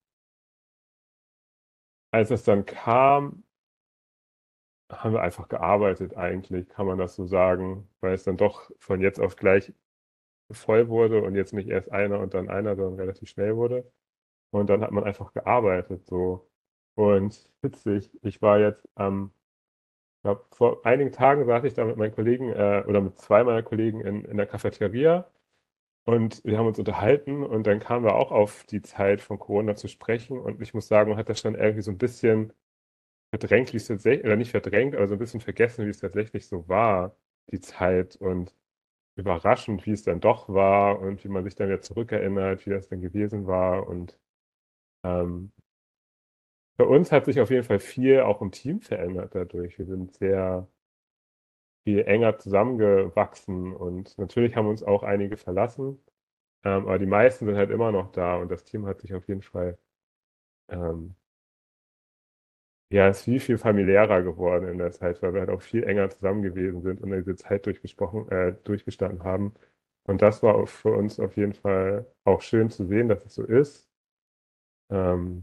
als es dann kam, haben wir einfach gearbeitet eigentlich, kann man das so sagen, weil es dann doch von jetzt auf gleich voll wurde und jetzt nicht erst einer und dann einer, sondern relativ schnell wurde. Und dann hat man einfach gearbeitet so. Und witzig, ich war jetzt ich glaube, vor einigen Tagen saß ich da mit meinen Kollegen oder mit zwei meiner Kollegen in der Cafeteria und wir haben uns unterhalten und dann kamen wir auch auf die Zeit von Corona zu sprechen und ich muss sagen, man hat das schon irgendwie so ein bisschen verdrängt, wie es tatsächlich, oder nicht verdrängt, aber so ein bisschen vergessen, wie es tatsächlich so war, die Zeit und überraschend, wie es dann doch war und wie man sich dann wieder zurückerinnert, wie das dann gewesen war. Und ähm, bei uns hat sich auf jeden Fall viel auch im Team verändert dadurch. Wir sind sehr viel enger zusammengewachsen und natürlich haben uns auch einige verlassen, aber die meisten sind halt immer noch da und das Team hat sich auf jeden Fall ähm, ja, ist viel, viel familiärer geworden in der Zeit, weil wir halt auch viel enger zusammen gewesen sind und diese Zeit durchgestanden haben. Und das war auch für uns auf jeden Fall auch schön zu sehen, dass es so ist. Ähm,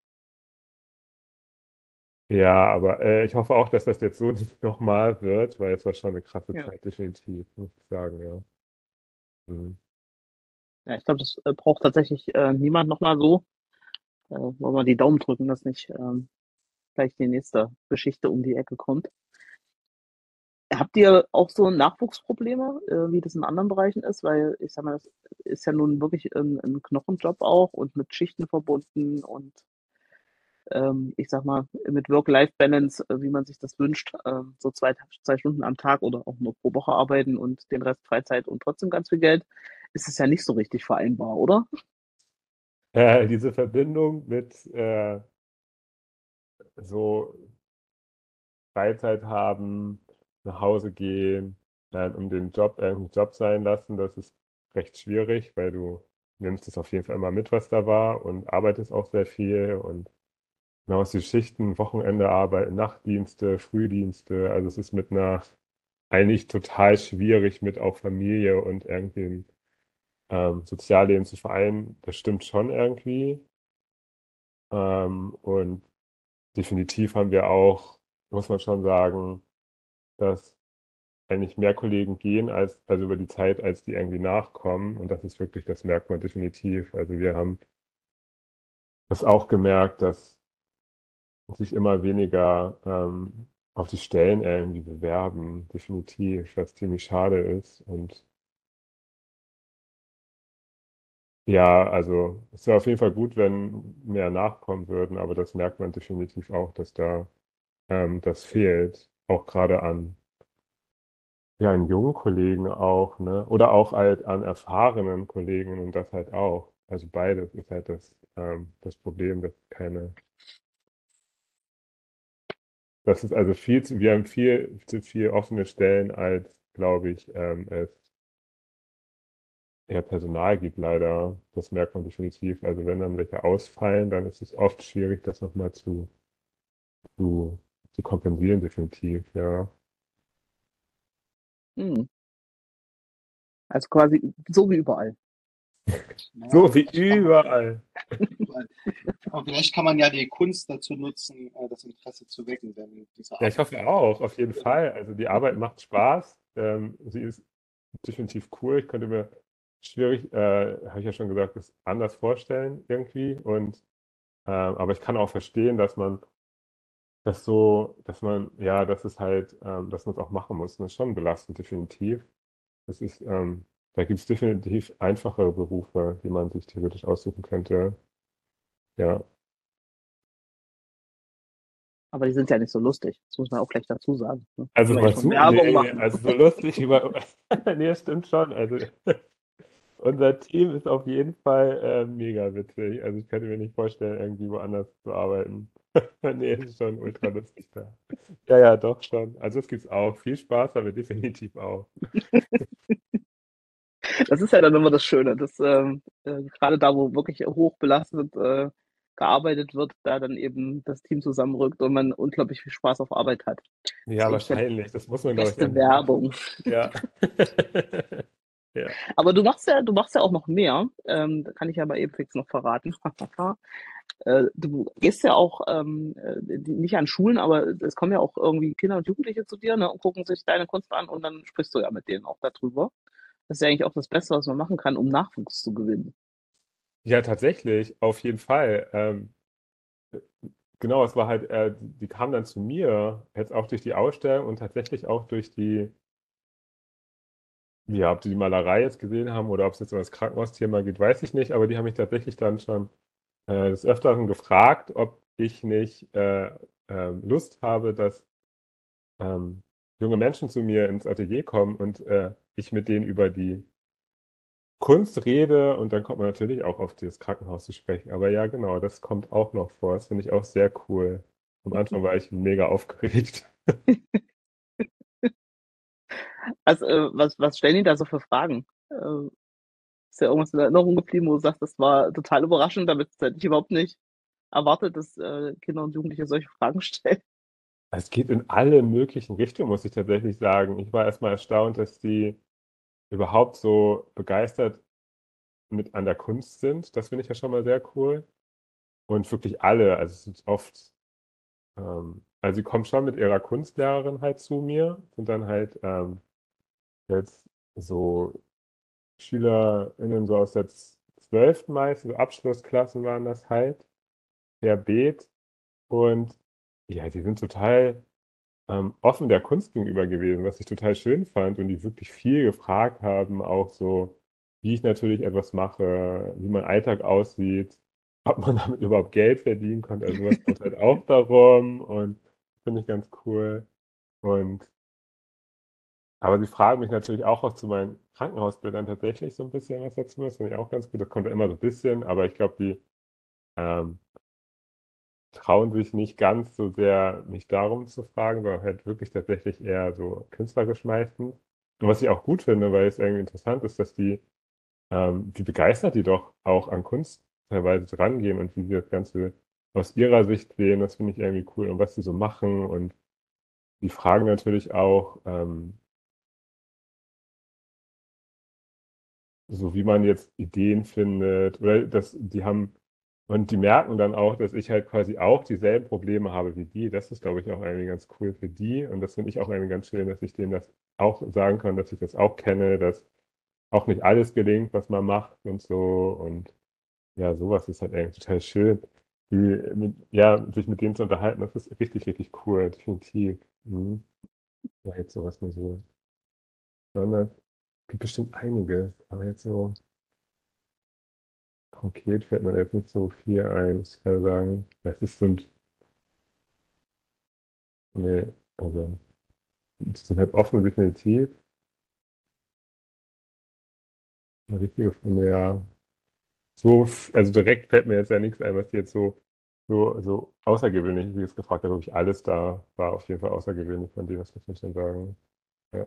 ja, aber ich hoffe auch, dass das jetzt so nicht nochmal wird, weil es war schon eine krasse Ja. Zeit, definitiv, muss ich sagen, ja. Mhm. Ja, ich glaube, das braucht tatsächlich niemand nochmal so. Wollen wir die Daumen drücken, dass nicht gleich die nächste Geschichte um die Ecke kommt. Habt ihr auch so Nachwuchsprobleme, wie das in anderen Bereichen ist? Weil ich sag mal, das ist ja nun wirklich ein Knochenjob auch und mit Schichten verbunden und ich sag mal, mit Work-Life-Balance, wie man sich das wünscht, so zwei Stunden am Tag oder auch nur pro Woche arbeiten und den Rest Freizeit und trotzdem ganz viel Geld, ist es ja nicht so richtig vereinbar, oder? Diese Verbindung mit so Freizeit haben, nach Hause gehen, um den Job irgendwie Job sein lassen, das ist recht schwierig, weil du nimmst es auf jeden Fall immer mit, was da war und arbeitest auch sehr viel und genau die Schichten, Wochenende arbeiten, Nachtdienste, Frühdienste, also es ist mit einer eigentlich total schwierig mit auch Familie und irgendwie ein Sozialleben zu vereinen. Das stimmt schon irgendwie. Und definitiv haben wir auch, muss man schon sagen, dass eigentlich mehr Kollegen gehen, also über die Zeit, als die irgendwie nachkommen. Und das ist wirklich, das merkt man definitiv. Also wir haben das auch gemerkt, dass sich immer weniger auf die Stellen irgendwie bewerben, definitiv, was ziemlich schade ist. Und ja, also es wäre auf jeden Fall gut, wenn mehr nachkommen würden, aber das merkt man definitiv auch, dass da das fehlt, auch gerade ja, an jungen Kollegen auch, ne? Oder auch halt an erfahrenen Kollegen und das halt auch. Also beides ist halt das Problem, dass keine Das ist also wir haben viel zu viel offene Stellen, als, glaube ich, es eher Personal gibt, leider. Das merkt man definitiv. Also wenn dann welche ausfallen, dann ist es oft schwierig, das nochmal zu, zu kompensieren, definitiv, ja. Hm. Also quasi so wie überall. Naja, So wie vielleicht kann man- überall. Aber vielleicht kann man ja die Kunst dazu nutzen, das Interesse zu wecken, wenn diese Ja, ich hoffe auch, auf jeden Fall. Also die Arbeit macht Spaß. Sie ist definitiv cool. Ich könnte mir schwierig, habe ich ja schon gesagt, das anders vorstellen irgendwie. Aber ich kann auch verstehen, dass man das so, dass man, ja, dass es halt, dass man es auch machen muss. Das ist schon belastend, definitiv. Das ist, da gibt es definitiv einfachere Berufe, die man sich theoretisch aussuchen könnte. Ja. Aber die sind ja nicht so lustig. Das muss man auch gleich dazu sagen. Ne? Also Wenn wir mal schon zu, Werbung nee, machen. also so lustig über, nee, das stimmt schon. Also unser Team ist auf jeden Fall mega witzig. Also ich könnte mir nicht vorstellen, irgendwie woanders zu arbeiten. Nee, es ist schon ultra lustig da. Ja, ja, doch schon. Also es gibt's auch. Viel Spaß, aber definitiv auch. Das ist ja dann immer das Schöne, dass gerade da, wo wirklich hoch belastet gearbeitet wird, da dann eben das Team zusammenrückt und man unglaublich viel Spaß auf Arbeit hat. Das ist Ja, eigentlich die wahrscheinlich. Das muss man, glaube ich, beste einfach machen. Werbung. Ja. Ja. Aber du machst ja auch noch mehr. Da kann ich ja mal eben fix noch verraten. Du gehst ja auch nicht an Schulen, aber es kommen ja auch irgendwie Kinder und Jugendliche zu dir, ne, und gucken sich deine Kunst an und dann sprichst du ja mit denen auch darüber. Das ist ja eigentlich auch das Beste, was man machen kann, um Nachwuchs zu gewinnen. Ja, tatsächlich, auf jeden Fall. Genau, es war halt, die kamen dann zu mir, jetzt auch durch die Ausstellung und tatsächlich auch durch ja, ob die Malerei jetzt gesehen haben oder ob es jetzt um das Krankenhausthema geht, weiß ich nicht, aber die haben mich tatsächlich dann schon des Öfteren gefragt, ob ich nicht Lust habe, dass ähm, junge Menschen zu mir ins Atelier kommen und ich mit denen über die Kunst rede und dann kommt man natürlich auch auf das Krankenhaus zu sprechen. Aber ja, genau, das kommt auch noch vor. Das finde ich auch sehr cool. Am Anfang war ich mega aufgeregt. Also, was stellen die da so für Fragen? Ist ja irgendwas in Erinnerung geblieben, wo du sagst, das war total überraschend, damit hätte ich überhaupt nicht erwartet, dass Kinder und Jugendliche solche Fragen stellen. Es geht in alle möglichen Richtungen, muss ich tatsächlich sagen. Ich war erstmal erstaunt, dass die überhaupt so begeistert mit an der Kunst sind. Das finde ich ja schon mal sehr cool. Und wirklich alle, also es sind oft, also sie kommen schon mit ihrer Kunstlehrerin halt zu mir, sind dann halt jetzt so SchülerInnen so aus der 12. meist, so Abschlussklassen waren das halt, querbeet. Und ja, die sind total offen der Kunst gegenüber gewesen, was ich total schön fand und die wirklich viel gefragt haben, auch so, wie ich natürlich etwas mache, wie mein Alltag aussieht, ob man damit überhaupt Geld verdienen konnte. Also was kommt halt auch darum und finde ich ganz cool. Und aber sie fragen mich natürlich auch zu meinen Krankenhausbildern tatsächlich so ein bisschen was dazu. Das finde ich auch ganz gut. Das kommt ja immer so ein bisschen, aber ich glaube, die ähm, trauen sich nicht ganz so sehr, mich darum zu fragen, sondern halt wirklich tatsächlich eher so künstlerisch meistens. Und was ich auch gut finde, weil es irgendwie interessant ist, dass wie begeistert die doch auch an Kunst teilweise rangehen und wie sie das Ganze aus ihrer Sicht sehen, das finde ich irgendwie cool und was sie so machen. Und die fragen natürlich auch, so wie man jetzt Ideen findet, oder die haben, und die merken dann auch, dass ich halt quasi auch dieselben Probleme habe wie die. Das ist, glaube ich, auch irgendwie ganz cool für die. Und das finde ich auch irgendwie ganz schön, dass ich denen das auch sagen kann, dass ich das auch kenne, dass auch nicht alles gelingt, was man macht und so. Und ja, sowas ist halt eigentlich total schön. Ja, sich mit denen zu unterhalten, das ist richtig, richtig cool, definitiv. Mhm. Ja, jetzt sowas nur so. Sondern es gibt bestimmt einige, aber jetzt so. Konkret fällt mir jetzt nicht so viel ein, muss ich ja sagen. Das ist sind, nee, also, die sind halt offen, definitiv. Eine richtige von mir, ja. So, also direkt fällt mir jetzt ja nichts ein, was die jetzt so so außergewöhnlich, wie es gefragt hat, wirklich alles da war auf jeden Fall außergewöhnlich von dem, was muss ich denn sagen. Ja.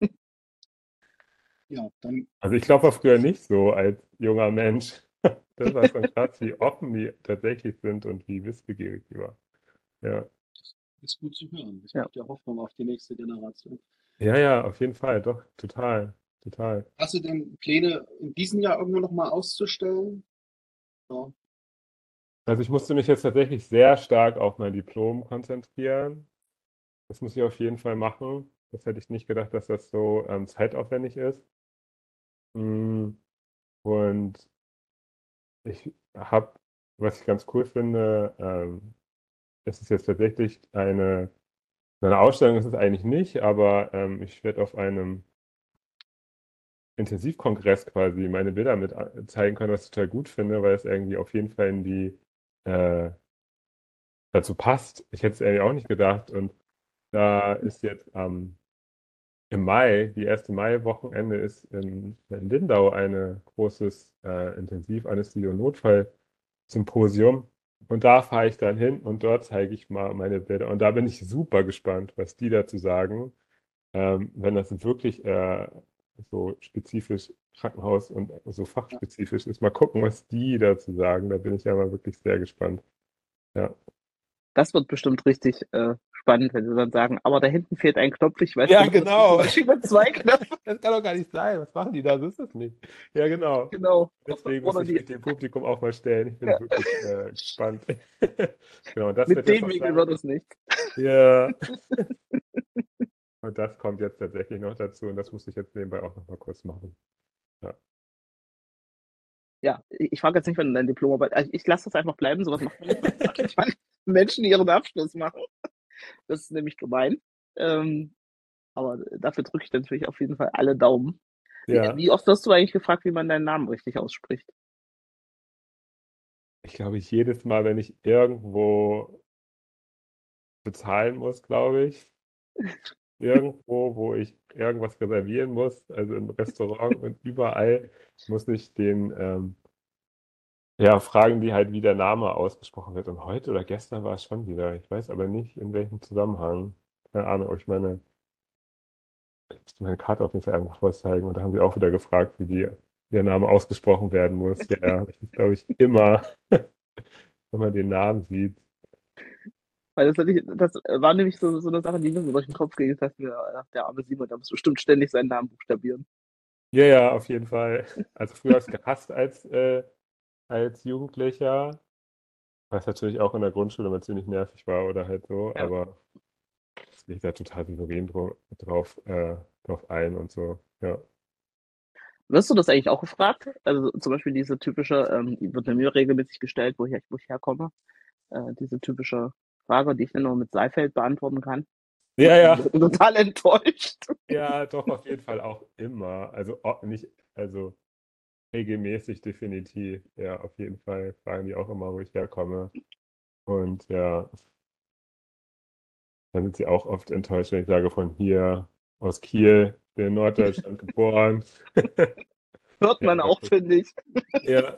Ja, dann Also ich glaube, war früher nicht so als junger Mensch. Das war schon krass, wie offen die tatsächlich sind und wie wissbegierig die waren. Ja. ist gut zu hören. Das Ja. macht ja Hoffnung auf die nächste Generation. Ja, ja, auf jeden Fall, doch, total, total. Hast du denn Pläne, in diesem Jahr irgendwo nochmal auszustellen? Ja. Also ich musste mich jetzt tatsächlich sehr stark auf mein Diplom konzentrieren. Das muss ich auf jeden Fall machen. Das hätte ich nicht gedacht, dass das so zeitaufwendig ist. Mm, Und ich habe, was ich ganz cool finde, es ist jetzt tatsächlich eine Ausstellung ist es eigentlich nicht, aber ich werde auf einem Intensivkongress quasi meine Bilder mit zeigen können, was ich total gut finde, weil es irgendwie auf jeden Fall in die äh, dazu passt. Ich hätte es irgendwie auch nicht gedacht. Und da ist jetzt im Mai, die erste Mai-Wochenende ist in Lindau ein großes Intensivanästhesie- und Notfall-Symposium. Und da fahre ich dann hin und dort zeige ich mal meine Bilder. Und da bin ich super gespannt, was die dazu sagen. Wenn das wirklich so spezifisch Krankenhaus und so fachspezifisch ist, mal gucken, was die dazu sagen. Da bin ich ja mal wirklich sehr gespannt. Ja. Das wird bestimmt richtig spannend, wenn sie dann sagen, aber da hinten fehlt ein Knopf, ich weiß Ja, genau, das ist genau. zum Beispiel mit 2 Knöpfen. Das kann doch gar nicht sein. Was machen die da? So ist das nicht. Ja, genau. Genau. Deswegen muss Oder ich die, mich dem Publikum auch mal stellen. Ich bin ja, wirklich gespannt. Genau, und das mit wird jetzt dem auch Winkel sein. wird es nicht. Ja. Und das kommt jetzt tatsächlich noch dazu und das muss ich jetzt nebenbei auch noch mal kurz machen. Ja. Ja, ich frage jetzt nicht, wenn dein Diplomarbeit, also ich lasse das einfach bleiben, sowas macht man nicht, wenn Menschen ihren Abschluss machen. Das ist nämlich gemein. Aber dafür drücke ich natürlich auf jeden Fall alle Daumen. Ja. Wie oft wirst du eigentlich gefragt, wie man deinen Namen richtig ausspricht? Ich glaube, jedes Mal, wenn ich irgendwo bezahlen muss, glaube ich, irgendwo, wo ich irgendwas reservieren muss, also im Restaurant und überall muss ich den ja, fragen die halt, wie der Name ausgesprochen wird. Und heute oder gestern war es schon wieder. Ich weiß aber nicht, in welchem Zusammenhang. Keine Ahnung, ob ich musste meine Karte auf jeden Fall irgendwo vorzeigen. Und da haben sie auch wieder gefragt, wie der Name ausgesprochen werden muss. Ja, das ist, glaube ich, immer, wenn man den Namen sieht. Weil das war nämlich so eine Sache, die mir so durch den Kopf ging, dass der arme Simon, der muss bestimmt ständig seinen Namen buchstabieren. Ja, ja, auf jeden Fall. Also früher habe ich es gehasst als Jugendlicher, was natürlich auch in der Grundschule immer ziemlich nervig war oder halt so, Ja. aber jetzt gehe ich da total souverän drauf ein und so, ja. Wirst du das eigentlich auch gefragt? Also zum Beispiel diese typische, die wird mir regelmäßig gestellt, wo ich herkomme. Diese typische Frage, die ich dann nur mit Seifeld beantworten kann. Ja, ja. Ich bin total enttäuscht. Ja, doch, auf jeden Fall auch immer. Also nicht, also regelmäßig definitiv. Ja, auf jeden Fall fragen die auch immer, wo ich herkomme. Und ja, dann sind sie auch oft enttäuscht, wenn ich sage, von hier aus Kiel, bin in Norddeutschland geboren. Hört Ja, man mal auch, gucken. finde ich. Ja.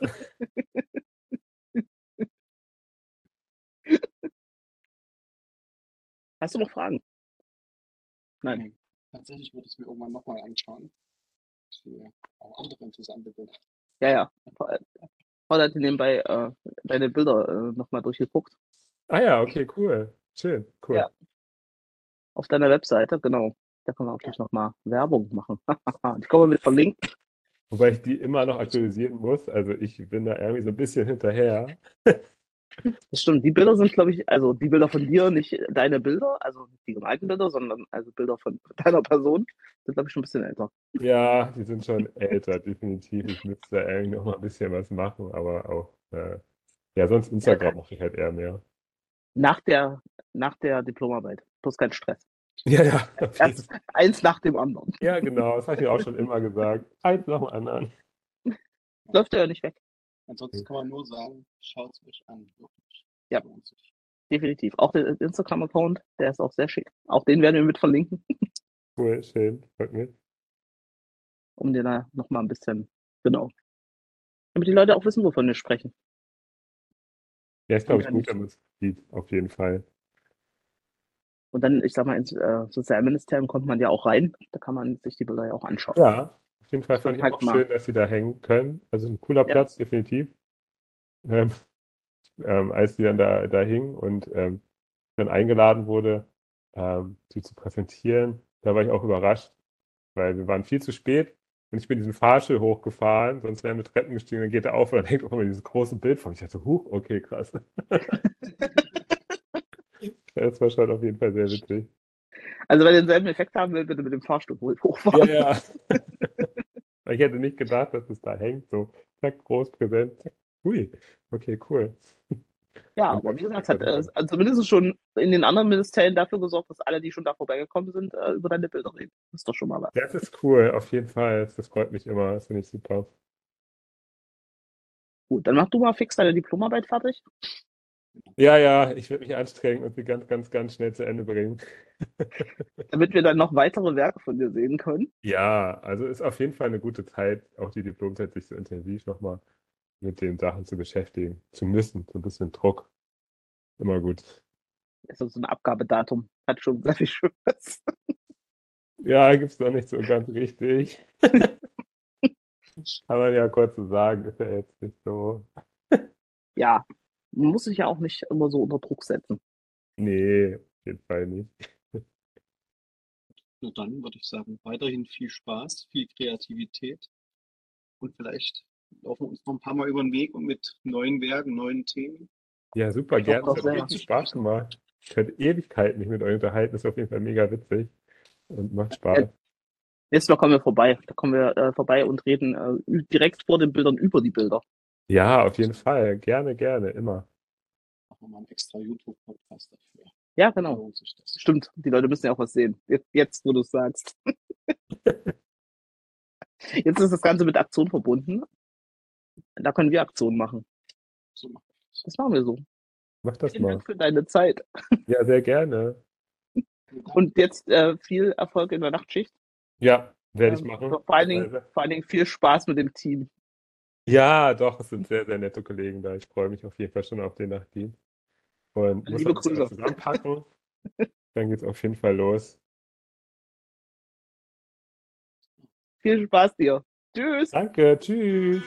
Hast du noch Fragen? Nein. Nee, tatsächlich würde ich es mir irgendwann nochmal anschauen. Für auch andere interessante Bilder. Ja. Paul hat nebenbei deine Bilder nochmal durchgeguckt. Ah ja, okay, cool. Schön, cool. Ja. Auf deiner Webseite, genau. Da können wir natürlich nochmal Werbung machen. Die können wir mit verlinken. Wobei ich die immer noch aktualisieren muss. Also ich bin da irgendwie so ein bisschen hinterher. Das stimmt. Die Bilder sind, glaube ich, also die Bilder von dir, nicht deine Bilder, also nicht die gemalten Bilder, sondern also Bilder von deiner Person, sind, glaube ich, schon ein bisschen älter. Ja, die sind schon älter, definitiv. Ich müsste da irgendwie noch mal ein bisschen was machen, aber auch, ja, sonst Instagram mache ich halt eher mehr. Nach der Diplomarbeit. Bloß kein Stress. Ja, ja, auf jeden Erst eins nach dem anderen. Ja, genau, das habe ich mir auch schon immer gesagt. Eins nach dem anderen. Läuft ja nicht weg. Ansonsten kann man nur sagen, schaut es euch an. Wirklich. Ja. Lohnt sich. Definitiv. Auch der Instagram-Account, der ist auch sehr schick. Auch den werden wir mit verlinken, Cool, schön, freut mich. um dir da nochmal ein bisschen, genau. Damit die Leute auch wissen, wovon wir sprechen. Ja, ist, glaube ich, Ja, gut, wenn man es sieht, auf jeden Fall. Und dann, ich sag mal, ins Sozialministerium kommt man ja auch rein. Da kann man sich die Bilder ja auch anschauen. Ja, auf jeden Fall Das fand ich halt auch mal. schön, dass sie da hängen können. Also ein cooler Ja. Platz, definitiv. Ähm, als die dann da hingen und dann eingeladen wurde, sie zu präsentieren, da war ich auch überrascht, weil wir waren viel zu spät und ich bin diesen Fahrstuhl hochgefahren, sonst wären wir Treppen gestiegen, dann geht er auf und dann hängt auch immer dieses große Bild von mir. Ich dachte, huch, okay, krass. Das war schon auf jeden Fall sehr witzig. Also, wenn ihr denselben Effekt haben will, bitte mit dem Fahrstuhl hochfahren. Ja, ja. Ich hätte nicht gedacht, dass es da hängt, so zack, groß präsent, zack, hui, okay, cool. Ja, aber wie gesagt, hat also zumindest schon in den anderen Ministerien dafür gesorgt, dass alle, die schon da vorbeigekommen sind, über deine Bilder reden. Das ist doch schon mal was. Das ist cool, auf jeden Fall. Das freut mich immer, das finde ich super. Gut, dann mach du mal fix deine Diplomarbeit fertig. Ja, ich werde mich anstrengen und sie ganz, ganz, ganz schnell zu Ende bringen. Damit wir dann noch weitere Werke von dir sehen können. Ja, also ist auf jeden Fall eine gute Zeit, auch die Diplomzeit, sich so intensiv nochmal mit den Sachen zu beschäftigen, zu müssen, so ein bisschen Druck. Immer gut. Das ist so ein Abgabedatum. Hat schon sehr viel Schönes. Ja, gibt es noch nicht so ganz richtig. Kann man ja kurz so sagen, ist ja jetzt nicht so. Ja, man muss sich ja auch nicht immer so unter Druck setzen. Nee, auf jeden Fall nicht. Na dann würde ich sagen, weiterhin viel Spaß, viel Kreativität und vielleicht laufen wir uns noch ein paar Mal über den Weg und mit neuen Werken, neuen Themen. Ja, super, gerne. doch Es hat sehr. richtig Spaß gemacht. Ich könnte Ewigkeiten mich mit euch unterhalten. Das ist auf jeden Fall mega witzig und macht Spaß. Ja. Nächstes Mal kommen wir vorbei. Da kommen wir vorbei und reden direkt vor den Bildern über die Bilder. Ja, auf jeden Fall. Gerne, immer. Machen wir mal einen extra YouTube-Podcast dafür. Ja, genau. Lohnt sich das. Stimmt, die Leute müssen ja auch was sehen. Jetzt wo du es sagst. Jetzt ist das Ganze mit Aktion verbunden. Da können wir Aktionen machen. So machen wir das. Das machen wir so. Mach das Vielen mal. Dank für deine Zeit. Ja, sehr gerne. Und jetzt viel Erfolg in der Nachtschicht. Ja, werde ich machen. Vor allen Dingen viel Spaß mit dem Team. Ja, doch, es sind sehr, sehr nette Kollegen da. Ich freue mich auf jeden Fall schon auf den Nachtdienst. Und muss Liebe uns Grüße. zusammenpacken. Dann geht's auf jeden Fall los. Viel Spaß dir. Tschüss. Danke, tschüss.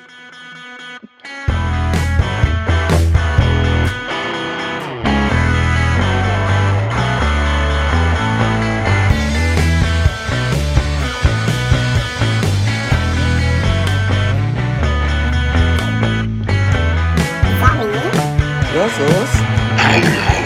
Sammy versus